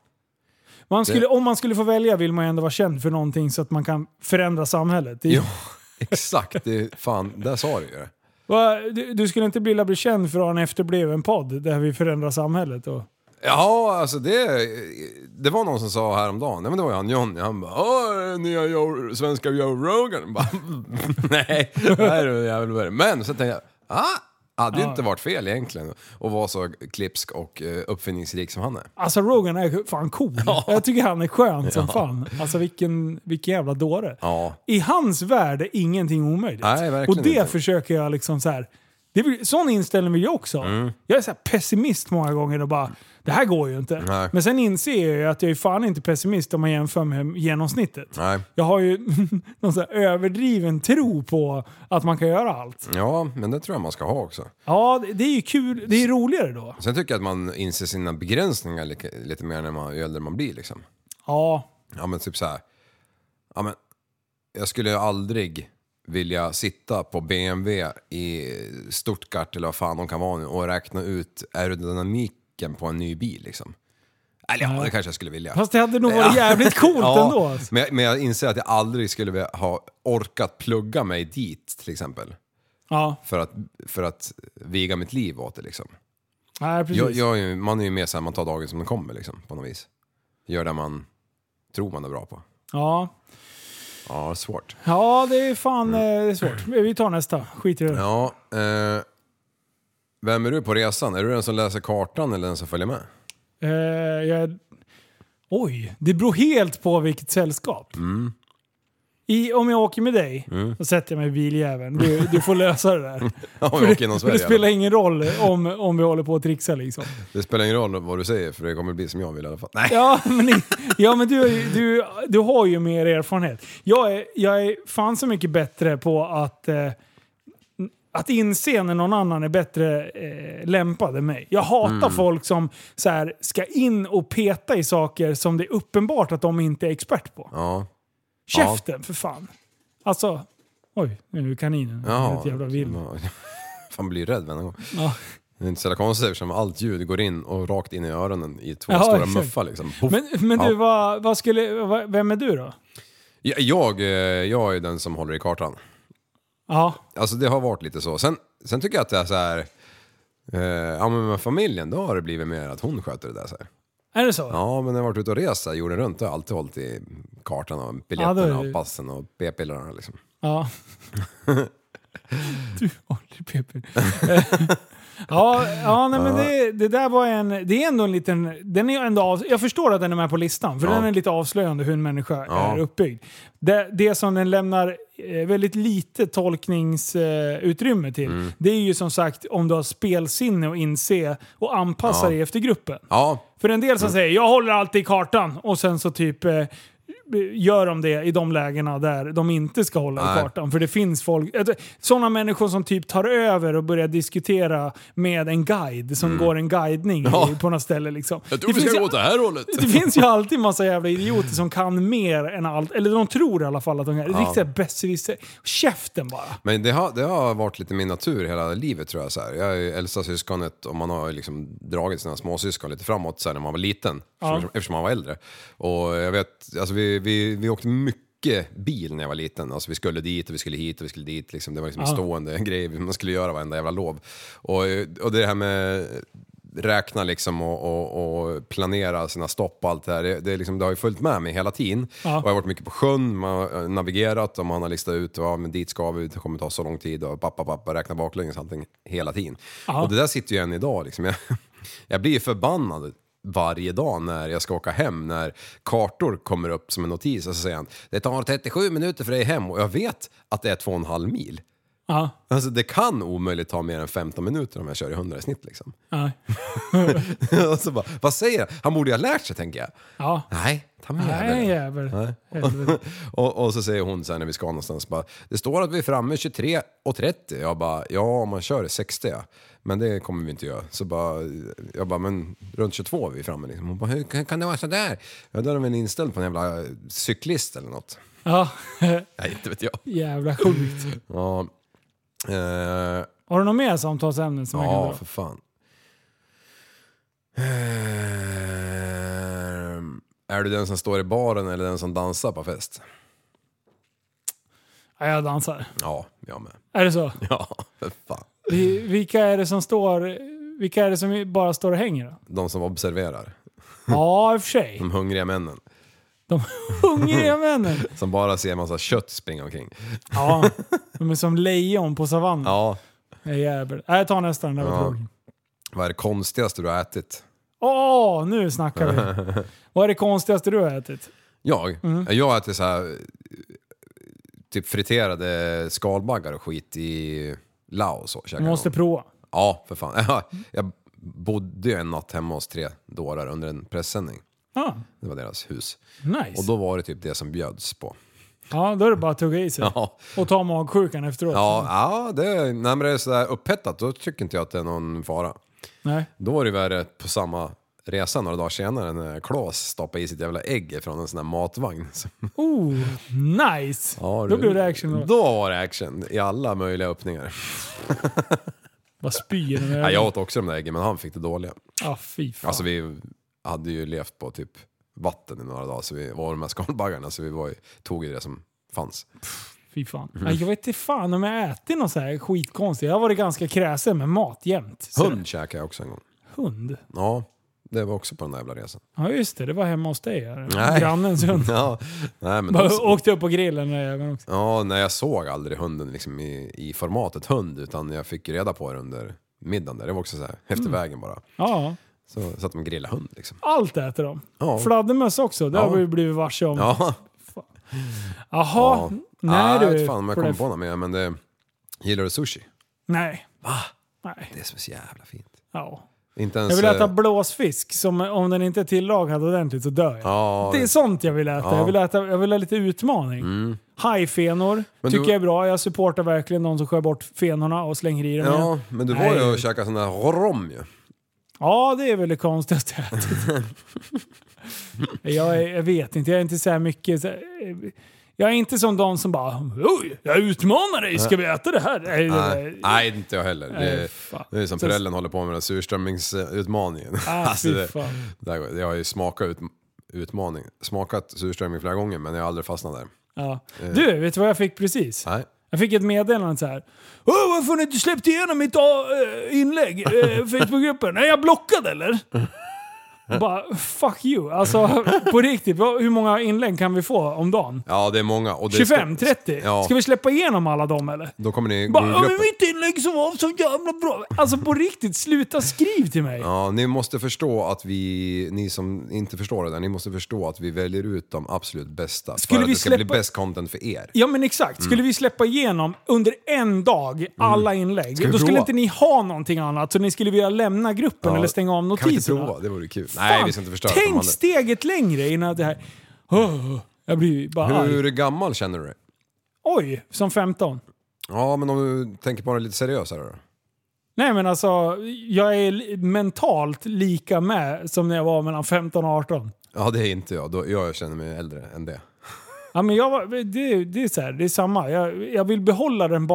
Om man skulle få välja vill man ju ändå vara känd för någonting så att man kan förändra samhället. Ja, exakt. Fan, där sa du ju. Du skulle inte vilja bli känd för att ha en efterbliven podd där vi förändrar samhället? Ja, alltså det var någon som sa häromdagen. Nej, men det var ju han Johnny. Han bara, nya svenska Joe Rogan. Bara, nej, det är jävligt värre. Men så tänkte jag, hade ju inte varit fel egentligen att vara så klipsk och uppfinningsrik som han är. Alltså Rogan är fan cool. Ja. Jag tycker han är skön som fan. Alltså vilken jävla dåre. Ja. I hans värld är ingenting omöjligt. Nej, verkligen och det inte. Försöker jag liksom så här. Sån inställning vill jag också. Jag är så här pessimist många gånger och bara, det här går ju inte. Nej. Men sen inser jag ju att jag är fan inte pessimist om man jämför med genomsnittet. Nej. Jag har ju någon så här överdriven tro på att man kan göra allt. Ja, men det tror jag man ska ha också. Ja, det är ju kul. Det är roligare då. Sen tycker jag att man inser sina begränsningar lite mer ju äldre man blir liksom. Ja. Ja, men typ så här. Ja, men jag skulle aldrig vilja sitta på BMW i Stuttgart eller vad fan de kan vara nu och räkna ut aerodynamiken på en ny bil liksom. Eller ja, det kanske jag skulle vilja. Fast det hade nog varit jävligt coolt ändå. Alltså. Men jag inser att jag aldrig skulle ha orkat plugga mig dit till exempel. Ja. För att viga mitt liv åt det liksom. Nej, precis. Man är ju med så här, man tar dagen som den kommer liksom, på något vis. Gör det man tror man är bra på. Ja. Ja, svårt. Ja, det är fan det är svårt. Vi tar nästa. Skit i det. Ja, vem är du på resan? Är du den som läser kartan eller den som följer med? Oj, det beror helt på vilket sällskap. Om jag åker med dig, då sätter jag mig i biljäveln. Du får lösa det där. För det spelar ingen roll om vi håller på att trixa liksom. Det spelar ingen roll vad du säger, för det kommer bli som jag vill i alla fall. Nej. Men du har ju mer erfarenhet. Jag är fan så mycket bättre på att inse när någon annan är bättre lämpad än mig. Jag hatar folk som så här, ska in och peta i saker som det är uppenbart att de inte är expert på. Ja. Käften, för fan. Alltså, oj, nu är kaninen. Ja. Ett jävla vill. Fan blir rädd en gång. Ja. Det är inte så konstigt eftersom allt ljud går in och rakt in i öronen i två stora muffar liksom. Men du, vem är du då? Jag är den som håller i kartan. Ja. Alltså det har varit lite så. Sen tycker jag att det är så här, men med familjen då har det blivit mer att hon sköter det där så här. Är det så? Ja, men när jag varit ute och rest så här, jorden runt, har jag alltid hållit i kartan och biljetterna och passen och p-pillarna liksom. Ja. Du håller PP. Ja, nej, men det där var det är ändå en liten, den är ändå jag förstår att den är med på listan, för den är lite avslöjande hur en människa är uppbyggd. Det som den lämnar väldigt lite tolkningsutrymme till, det är ju som sagt om du har spelsinne och inse och anpassa dig efter gruppen. Ja. För en del som säger, jag håller alltid i kartan, och sen så typ gör de det i de lägena där de inte ska hålla i kartan. För det finns folk, sådana människor som typ tar över och börjar diskutera med en guide som går en guidning på något ställe liksom. Jag tror vi ska gå åt det här hållet. Det finns ju alltid massa jävla idioter som kan mer än allt, eller de tror i alla fall att de är riktigt bäst. Käften bara. Men det har varit lite min natur hela livet, tror jag. Så här. Jag är äldsta syskonet och man har liksom dragit sina småsyskon lite framåt så här, när man var liten. Eftersom man var äldre. Och jag vet, alltså vi åkte mycket bil när jag var liten. Alltså vi skulle dit och vi skulle hit och vi skulle dit. Liksom. Det var liksom en stående grej man skulle göra varenda jävla lov. Och det här med räkna liksom och planera sina stopp och allt det här. Det har ju följt med mig hela tiden. Och jag har varit mycket på sjön, man har navigerat och man har listat ut men dit ska vi, det kommer ta så lång tid och pappa räknar baklänges allting hela tiden. Och det där sitter ju än idag liksom. Jag blir förbannad varje dag när jag ska åka hem, när kartor kommer upp som en notis och så säger han, det tar 37 minuter för dig hem, och jag vet att det är 2,5 mil. Alltså det kan omöjligt ta mer än 15 minuter om jag kör i 100 i snitt liksom. Och så bara, vad säger han? Han borde ju ha lärt sig, tänker jag. Nej, ta med jävel. Och så säger hon sen när vi ska någonstans bara, det står att vi är framme 23:30. Jag bara, om man kör 60. Men det kommer vi inte göra. Så jag bara, men runt 22 är vi framme liksom. Hon bara, hur kan det vara så där? Jag hade väl inställd på en jävla cyklist eller något. Nej, inte vet jag. Jävla sjukt. Har du något mer samtalsämnen som jag kan dra? För fan. Är du den som står i baren eller den som dansar på fest? Ja, jag dansar. Ja, jag med. Är det så? Ja, för fan. Vilka är det som bara står och hänger då? De som observerar. Ja, i och för sig. De hungriga männen. De hungriga männen. Som bara ser en massa kött springa omkring. Ja, de är som lejon på savannen. Ja. Jävlar. Jag tar nästan den där. Vad är det konstigaste du har ätit? Nu snackar vi. Vad är det konstigaste du har ätit? Jag äter så här typ friterade skalbaggar och skit i Laos. Du måste prova. Ja, för fan. Jag bodde en natt hemma hos 3 dårar under en pressändning. Det var deras hus. Nice. Och då var det typ det som bjöds på. Ja, då är det bara att tugga i sig. Och ta magsjukan efteråt. Ja, när det är sådär upphettat, då tycker inte jag att det är någon fara. Nej. Då är det värre på samma resa några dagar senare när Claes stoppade i sitt jävla ägg från en sån här matvagn. Nice! Då blev det action. Då var det action i alla möjliga öppningar. Vad spyr den? Jag åt också de där äggen, men han fick det dåliga. Fy fan. Alltså vi hade ju levt på typ vatten i några dagar, så vi var de här skalbaggarna, så vi tog ju det som fanns. Fy fan. Jag vet inte fan om jag ätit något så här skitkonstigt. Jag har varit ganska kräsen med mat jämt. Hund käkade jag också en gång. Hund? Ja, det var också på den där jävla resan. Ja just det, det var hemma hos dig här. Grannens hund. Nej, men åkte upp på grillen även också. Ja, nej, jag såg aldrig hunden liksom i formatet hund, utan jag fick reda på det under middagen där. Det var också så här efter vägen bara. Ja. Så satt de och grillade hund liksom. Allt äter de. Ja. Fladdermöss också, det har vi blivit varse om. Ja. Jaha. Nej, jag vet fan om jag kommer på något mer, men det... Gillar du sushi? Nej. Va? Nej. Det är så jävla fint. Ja. Inte ens, jag vill äta blåsfisk som om den inte är tillagad ordentligt så dör jag. Ja, det är sånt jag vill äta. Jag vill ha lite utmaning. Hajfenor tycker jag är bra. Jag supportar verkligen någon som skär bort fenorna och slänger i dem. Ja, men du var ju och käkade sån där rom ju. Ja, det är väl det konstigaste jag ätit. jag vet inte, jag är inte så här mycket... Jag är inte som de som bara, oj, jag utmanar dig, ska vi äta det här? Nej, inte jag heller. Det är som föräldern håller på med den surströmmingsutmaningen. Alltså jag har ju smakat surströmming flera gånger, men jag har aldrig fastnat där. Ja. Du, vet du vad jag fick precis? Nej. Jag fick ett meddelande så här. Varför har ni inte släppt igenom mitt inlägg? Facebookgruppen? Är jag blockad eller? Bara, fuck you. Alltså, på riktigt, hur många inlägg kan vi få om dagen? Ja, det är många. Och det 25-30? Ja. Ska vi släppa igenom alla dem eller? Då kommer ni bara, gå i gruppen. men mitt inlägg som var så jävla bra. Alltså på riktigt, sluta skriv till mig. Ja, ni måste förstå att ni som inte förstår det där, ni måste förstå att vi väljer ut de absolut bästa. För att det ska bli bäst content för er. Ja men exakt, skulle vi släppa igenom under en dag alla inlägg, då skulle inte ni ha någonting annat, så ni skulle vilja lämna gruppen eller stänga av notiserna. Kan vi inte prova? Det vore kul. Fan, nej, vi ska inte förstöra. Tänk steget längre innan det här... jag blir bara Hur arg. gammal känner du dig? Oj, som 15. Ja, men om du tänker på det lite seriösare då? Nej men alltså, jag är mentalt lika med som när jag var mellan 15 och 18. Ja, det är inte jag. Jag känner mig äldre än det. Ja men det är så här, det är samma. Jag vill behålla den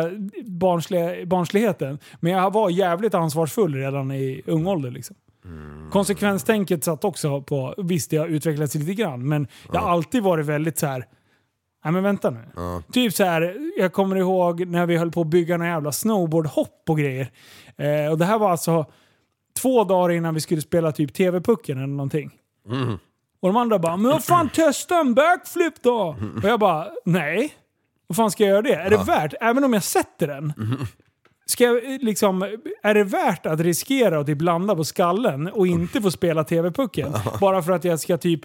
barnsligheten, men jag var jävligt ansvarsfull redan i ung ålder liksom. Konsekvenstänket satt också på, visst jag utvecklats lite grann, men jag har alltid varit väldigt så här. Nej men vänta nu. Typ så här, jag kommer ihåg när vi höll på att bygga en jävla snowboardhopp och grejer. Och det här var alltså 2 dagar innan vi skulle spela typ TV-pucken eller någonting. Och de andra bara, men vad fan, testa en backflip då? Och jag bara, nej. Vad fan ska jag göra det? Är det värt, även om jag sätter den? Ska jag liksom, är det värt att riskera att typ landa på skallen och inte få spela TV-pucken? Bara för att jag ska typ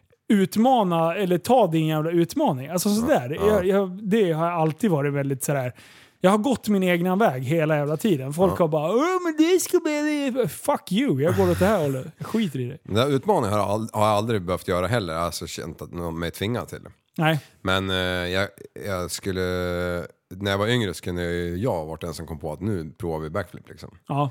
utmana eller ta din jävla utmaning. Alltså sådär. Det har alltid varit väldigt sådär. Jag har gått min egna väg hela jävla tiden. Folk har bara, men det ska bli... Fuck you, jag går åt det här hållet. Jag skiter i det. Den där utmaningen har jag aldrig behövt göra heller. Alltså känt att någon mig tvingad till det. Nej. Men jag skulle... När jag var yngre så kunde jag varit den som kom på att nu provar vi backflip liksom. Ja.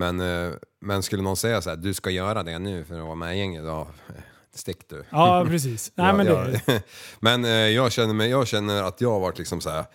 Men skulle någon säga så här, du ska göra det nu för att vara med i gänget, då stick du. Ja, precis. Nej, men det... Men jag känner att jag har varit liksom så här.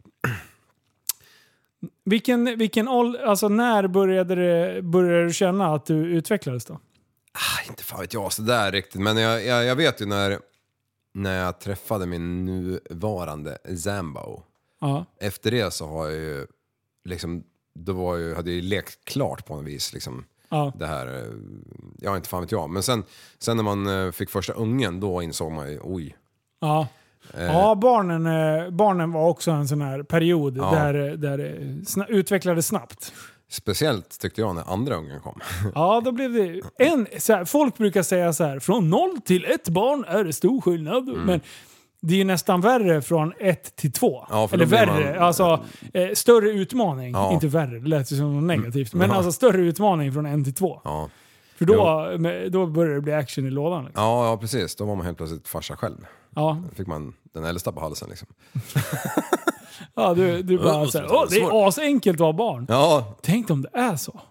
Vilken ålder, alltså när började du känna att du utvecklades då? Inte fan vet jag så där riktigt, men jag vet ju när jag träffade min nuvarande Zambo. Ja. Efter det så har jag ju liksom, hade jag lekt klart på något vis liksom. Ja. Det här, jag inte fan vet jag. Men sen när man fick första ungen, då insåg man ju, oj. Ja. Ja, barnen var också en sån här period där det utvecklades snabbt. Speciellt tyckte jag när andra ungen kom. Ja, då blev det så här, folk brukar säga så här, från 0 till 1 barn är det stor skillnad. Men det är ju nästan värre från 1 till 2. Ja, eller värre, alltså större utmaning. Ja. Inte värre, det lät ju som något negativt. Men alltså större utmaning från 1 till 2. Ja. För då började det bli action i lådan. Liksom. Ja, precis. Då var man helt plötsligt farsa själv. Ja. Då fick man den äldsta på halsen liksom. Ja, du bara såhär, det är asenkelt att vara barn. Ja. Tänk om det är så.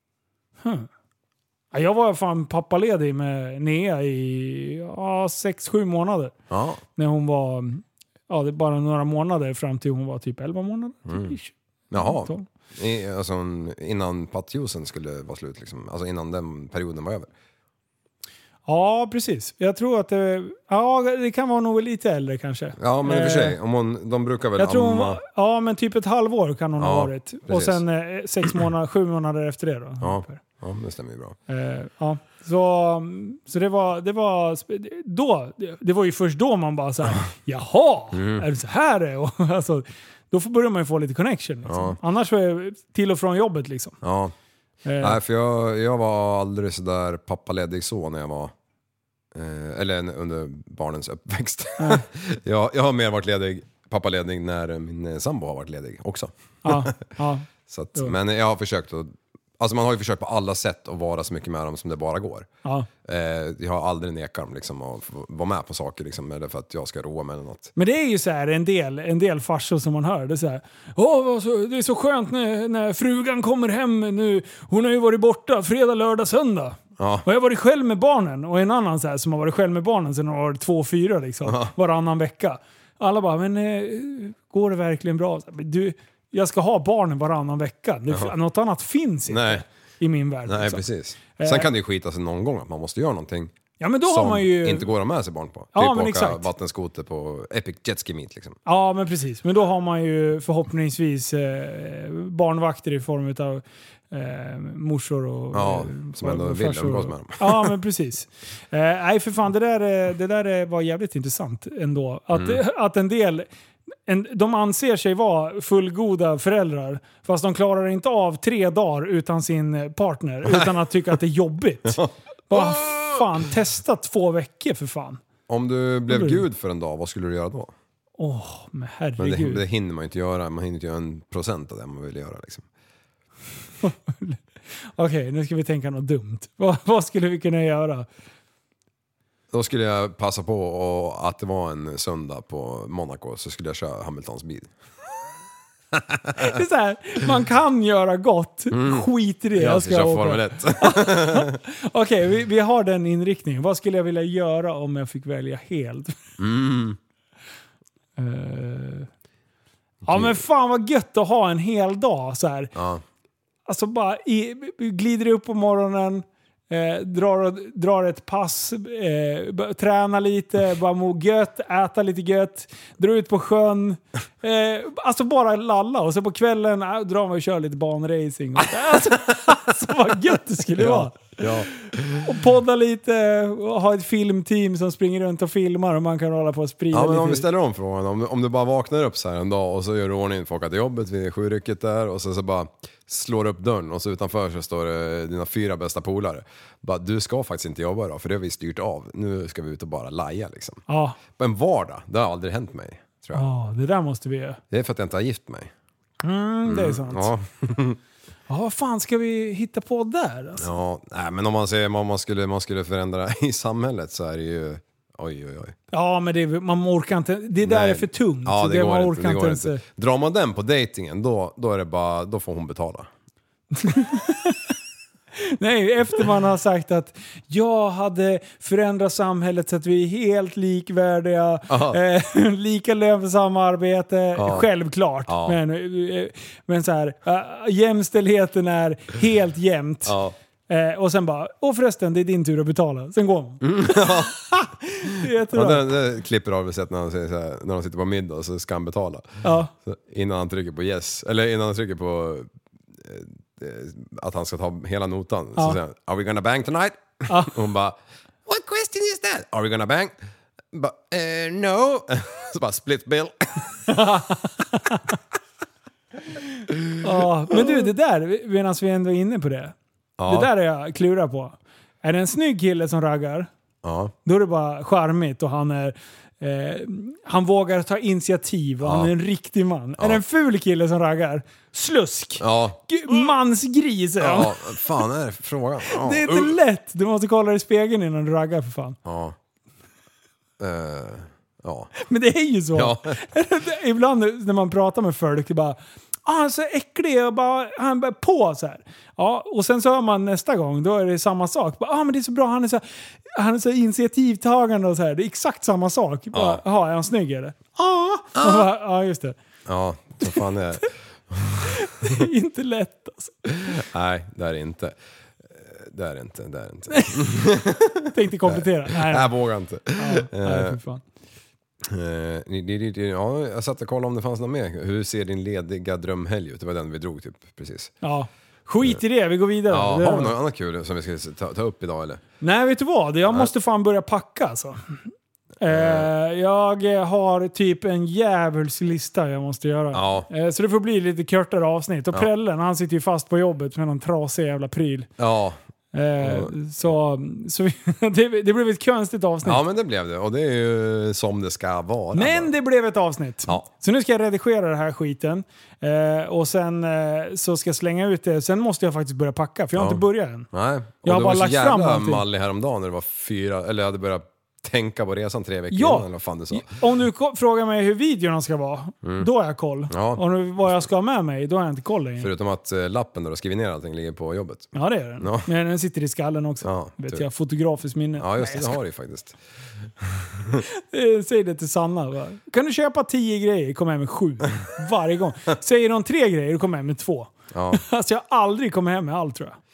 Jag var fan pappaledig med Nea i 6-7 månader. Ja. När hon var, det är bara några månader fram till hon var typ 11 månader. Typ. Jaha. Alltså innan pattjusen skulle vara slut liksom. Alltså innan den perioden var över. Ja, precis. Jag tror att det kan vara nog lite äldre kanske. Ja, men i och för sig. De brukar väl amma... men typ ett halvår kan hon ha varit. Precis. Och sen 6 månader, 7 månader efter det då. Ja, det stämmer ju bra. Så det var ju först då man bara såhär, jaha, är det så här det? Och, alltså, då börjar man ju få lite connection. Liksom. Ja. Annars var jag till och från jobbet liksom. Ja. Nej, för jag var aldrig så där pappaledig så när jag var eller under barnens uppväxt. Jag har mer varit pappaledig när min sambo har varit ledig också. Så att, men jag har försökt att, alltså man har ju försökt på alla sätt att vara så mycket med dem som det bara går. Jag har aldrig nekat dem liksom att vara med på saker liksom, eller för att jag ska roa mig eller något. Men det är ju så här en del farsor som man hör. Det är så här, det är så skönt när frugan kommer hem nu. Hon har ju varit borta fredag, lördag, söndag. Ja. Och jag har varit själv med barnen. Och en annan så här, som har varit själv med barnen sen har varit 2-4 liksom, varannan vecka. Alla bara, men går det verkligen bra? Jag ska ha barnen varannan vecka. Något annat finns inte i min värld. Nej, liksom. Precis. Sen kan det ju skita sig någon gång att man måste göra någonting Ja, men då som har man ju... inte går att med sig barn på. Ja, typ men åka exakt. vattenskoter på Epic Jet Ski Meet liksom. Ja, men precis. Men då har man ju förhoppningsvis barnvakter i form av morsor och... som ändå vill umgås med dem. Ja, men precis. Nej, för fan, det där var jävligt intressant ändå. Att en del... de anser sig vara fullgoda föräldrar, fast de klarar inte av 3 dagar utan sin partner, utan att tycka att det är jobbigt. Bara fan, testa 2 veckor för fan. Om du blev gud för en dag, vad skulle du göra då? Men herregud. Men det hinner man inte göra. Man hinner inte göra 1% av det man vill göra liksom. Okej, nu ska vi tänka något dumt. Vad skulle vi kunna göra? Då skulle jag passa på och att det var en söndag på Monaco, så skulle jag köra Hamiltons bil. Det är så här, man kan göra gott. Skit i det. Jag ska köra Formel 1. Okej, vi har den inriktningen. Vad skulle jag vilja göra om jag fick välja helt? Ja, men fan vad gött att ha en hel dag så här. Ja. Alltså bara glider upp på morgonen, drar ett pass, träna lite, bara må gött, äta lite gött, dra ut på sjön, alltså bara lalla, och så på kvällen drar man och kör lite banracing. Alltså vad gött det skulle vara. Ja. Och podda lite och ha ett filmteam som springer runt och filmar och man kan hålla på och sprida Ja, men lite. om vi ställer om frågan, om du bara vaknar upp så här en dag och så gör du ordning för att åka till jobbet vid 7-rycket där, och så bara slår upp dörren och så utanför så står det dina 4 bästa polare. Bara, du ska faktiskt inte jobba då, för det har vi styrt av. Nu ska vi ut och bara laja liksom. Ja. På en vardag, det har aldrig hänt mig, tror jag. Ja, det där måste vi göra. Det är för att jag inte har gift mig. Det är sant. Ja. Ja, vad fan ska vi hitta på där? Alltså? Ja, nej, men om man säger man skulle förändra i samhället, så är det ju oj. Ja, men man orkar inte. Det där är för tungt. Ja, det går man inte. orkar inte. Drar man den på datingen, då är det bara, då får hon betala. Nej, efter man har sagt att jag hade förändrat samhället så att vi är helt likvärdiga, lika lön för samma arbete, självklart. Ja. Men så här, jämställdheten är helt jämnt. Ja. Och sen bara, och förresten, det är din tur att betala. Sen går man. Det är jättebra. Ja, det klipper av sett när han säger så här, när de sitter på middag så ska han betala. Ja. Så innan han trycker på yes, eller innan han trycker på att han ska ta hela notan, så säger han, are we gonna bang tonight? Och hon bara, what question is that? Are we gonna bang? But, no. Så bara, split bill. Men du, det där, medan vi ändå är inne på det. Ja. Det där är jag klurar på. Är det en snygg kille som raggar, då är det bara charmigt och han vågar ta initiativ och han är en riktig man. Är det en ful kille som raggar, slusk. Mansgris. Ja, fan är det frågan? Ja. Det är inte lätt. Du måste kolla dig i spegeln innan du raggar för fan. Ja. Ja. Men det är ju så. Ja. Ibland när man pratar med folk, det bara, han är så äcklig och bara, han bara på så här. Ja, och sen så hör man nästa gång, då är det samma sak. Bara, men det är så bra, han är så initiativtagande och så här. Det är exakt samma sak. Bara, jaha, är han snygg eller? Ja, just det. Ja, så fan är det. Det är inte lätt alltså. Nej, det är inte. Det är inte. Tänkte komplettera. Nej, jag vågar inte. nej, för fan. Ja, jag satt och kollade om det fanns något mer. Hur ser din lediga drömhelg ut? Det var den vi drog typ precis. Ja. Skit i det, vi går vidare. Ja, har vi något annat kul som vi ska ta upp idag eller? Nej, vet du vad? Jag måste fan börja packa alltså. Jag har typ en djävulslista jag måste göra. Ja. Så det får bli lite kortare avsnitt. Och Prellen, han sitter ju fast på jobbet med någon trasig jävla pryl. Ja. Så det blev ett konstigt avsnitt. Ja, men det blev det. Och det är ju som det ska vara. Men det blev ett avsnitt. Ja. Så nu ska jag redigera det här skiten. Och sen så ska jag slänga ut det. Sen måste jag faktiskt börja packa, för jag har inte börjat än. Nej. Jag har bara lagt fram någonting. någonting. Mallig häromdagen när det var 4, eller jag hade börjat tänka på resan 3 veckor Ja. innan, eller vad fan du sa. Om du frågar mig hur videorna ska vara, då har jag koll. Ja. Och vad jag ska ha med mig, då har jag inte koll längre. Förutom att lappen där du skriver ner allting ligger på jobbet. Ja, det är den. Ja. Men den sitter i skallen också. Ja, Vet tur. jag, fotografiskt minne. Ja, just det, det har du ju faktiskt. Säg det till Sanna. Va? Kan du köpa 10 grejer, kom hem med 7. Varje gång. Säger de 3 grejer, då kommer jag hem med 2. Ja. Alltså jag har aldrig kommit hem med allt, tror jag.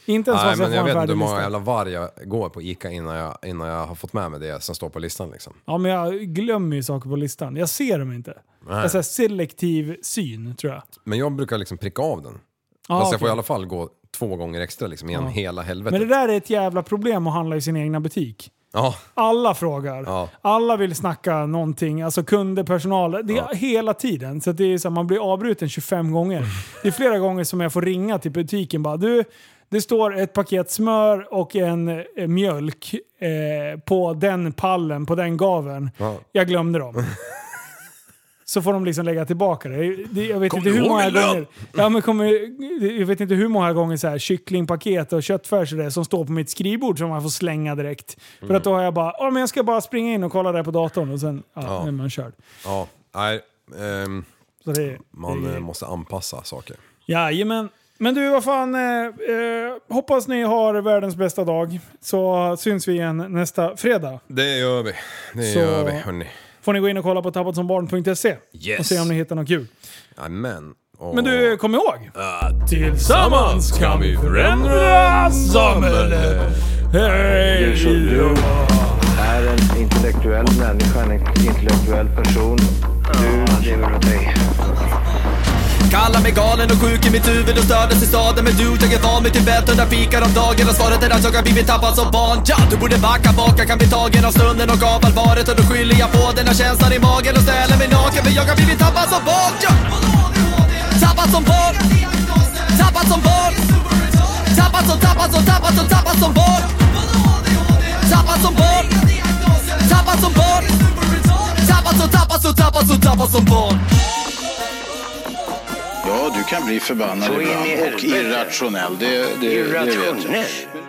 Inte ens Nej, fast men jag vet inte hur lista. många jävla varg jag går på Ica innan jag har fått med mig det som står på listan liksom. Ja, men jag glömmer ju saker på listan. Jag ser dem inte. Jag har selektiv syn, tror jag. Men jag brukar liksom pricka av den. Fast jag får i alla fall gå 2 gånger extra liksom, genom hela helvetet. Men det där är ett jävla problem att handla i sin egna butik. Ja. Alla frågar. Alla vill snacka någonting. Alltså kunder, personal. Det är hela tiden. Så att det är så här, man blir avbruten 25 gånger. Det är flera gånger som jag får ringa till butiken. Bara, det står ett paket smör och en mjölk på den pallen, på den gaveln. Jag glömde dem. Så får de liksom lägga tillbaka det. Jag vet inte hur många gånger. Ja, men jag vet inte hur många gånger så här kycklingpaket och köttfärs och det som står på mitt skrivbord som man får slänga direkt. För att då har jag bara, men jag ska bara springa in och kolla det på datorn och sen är man körd. Ja, nej. Så man måste anpassa saker. Jajamän. Men du, vad fan, hoppas ni har världens bästa dag. Så syns vi igen nästa fredag. Det gör vi. Gör vi, hörni. Får ni gå in och kolla på tappatsombarn.se och se om ni hittar något kul. Amen. Men du, kom ihåg. Tillsammans kan vi förändra samhället. Hej då. Är en intellektuell människa, en intellektuell person. Du lever med dig. Kallar mig galen och sjuk i mitt huvud och stördes i staden. Men du, jag är van vid Tibet under fikar om dagen. Och svaret är att jag har blivit tappad som barn. Ja, du borde backa bak, jag kan bli tagen av stunden och av allvaret. Och då skyller jag på den här känslan i magen och ställer mig naken. För jag har blivit tappad som barn. Ja. Tappad som barn. Tappad som barn. Tappad som barn. Tappad som barn. Tappad som barn. Tappad som barn. Ja, du kan bli förbannad ibland och irrationell. Det vet jag.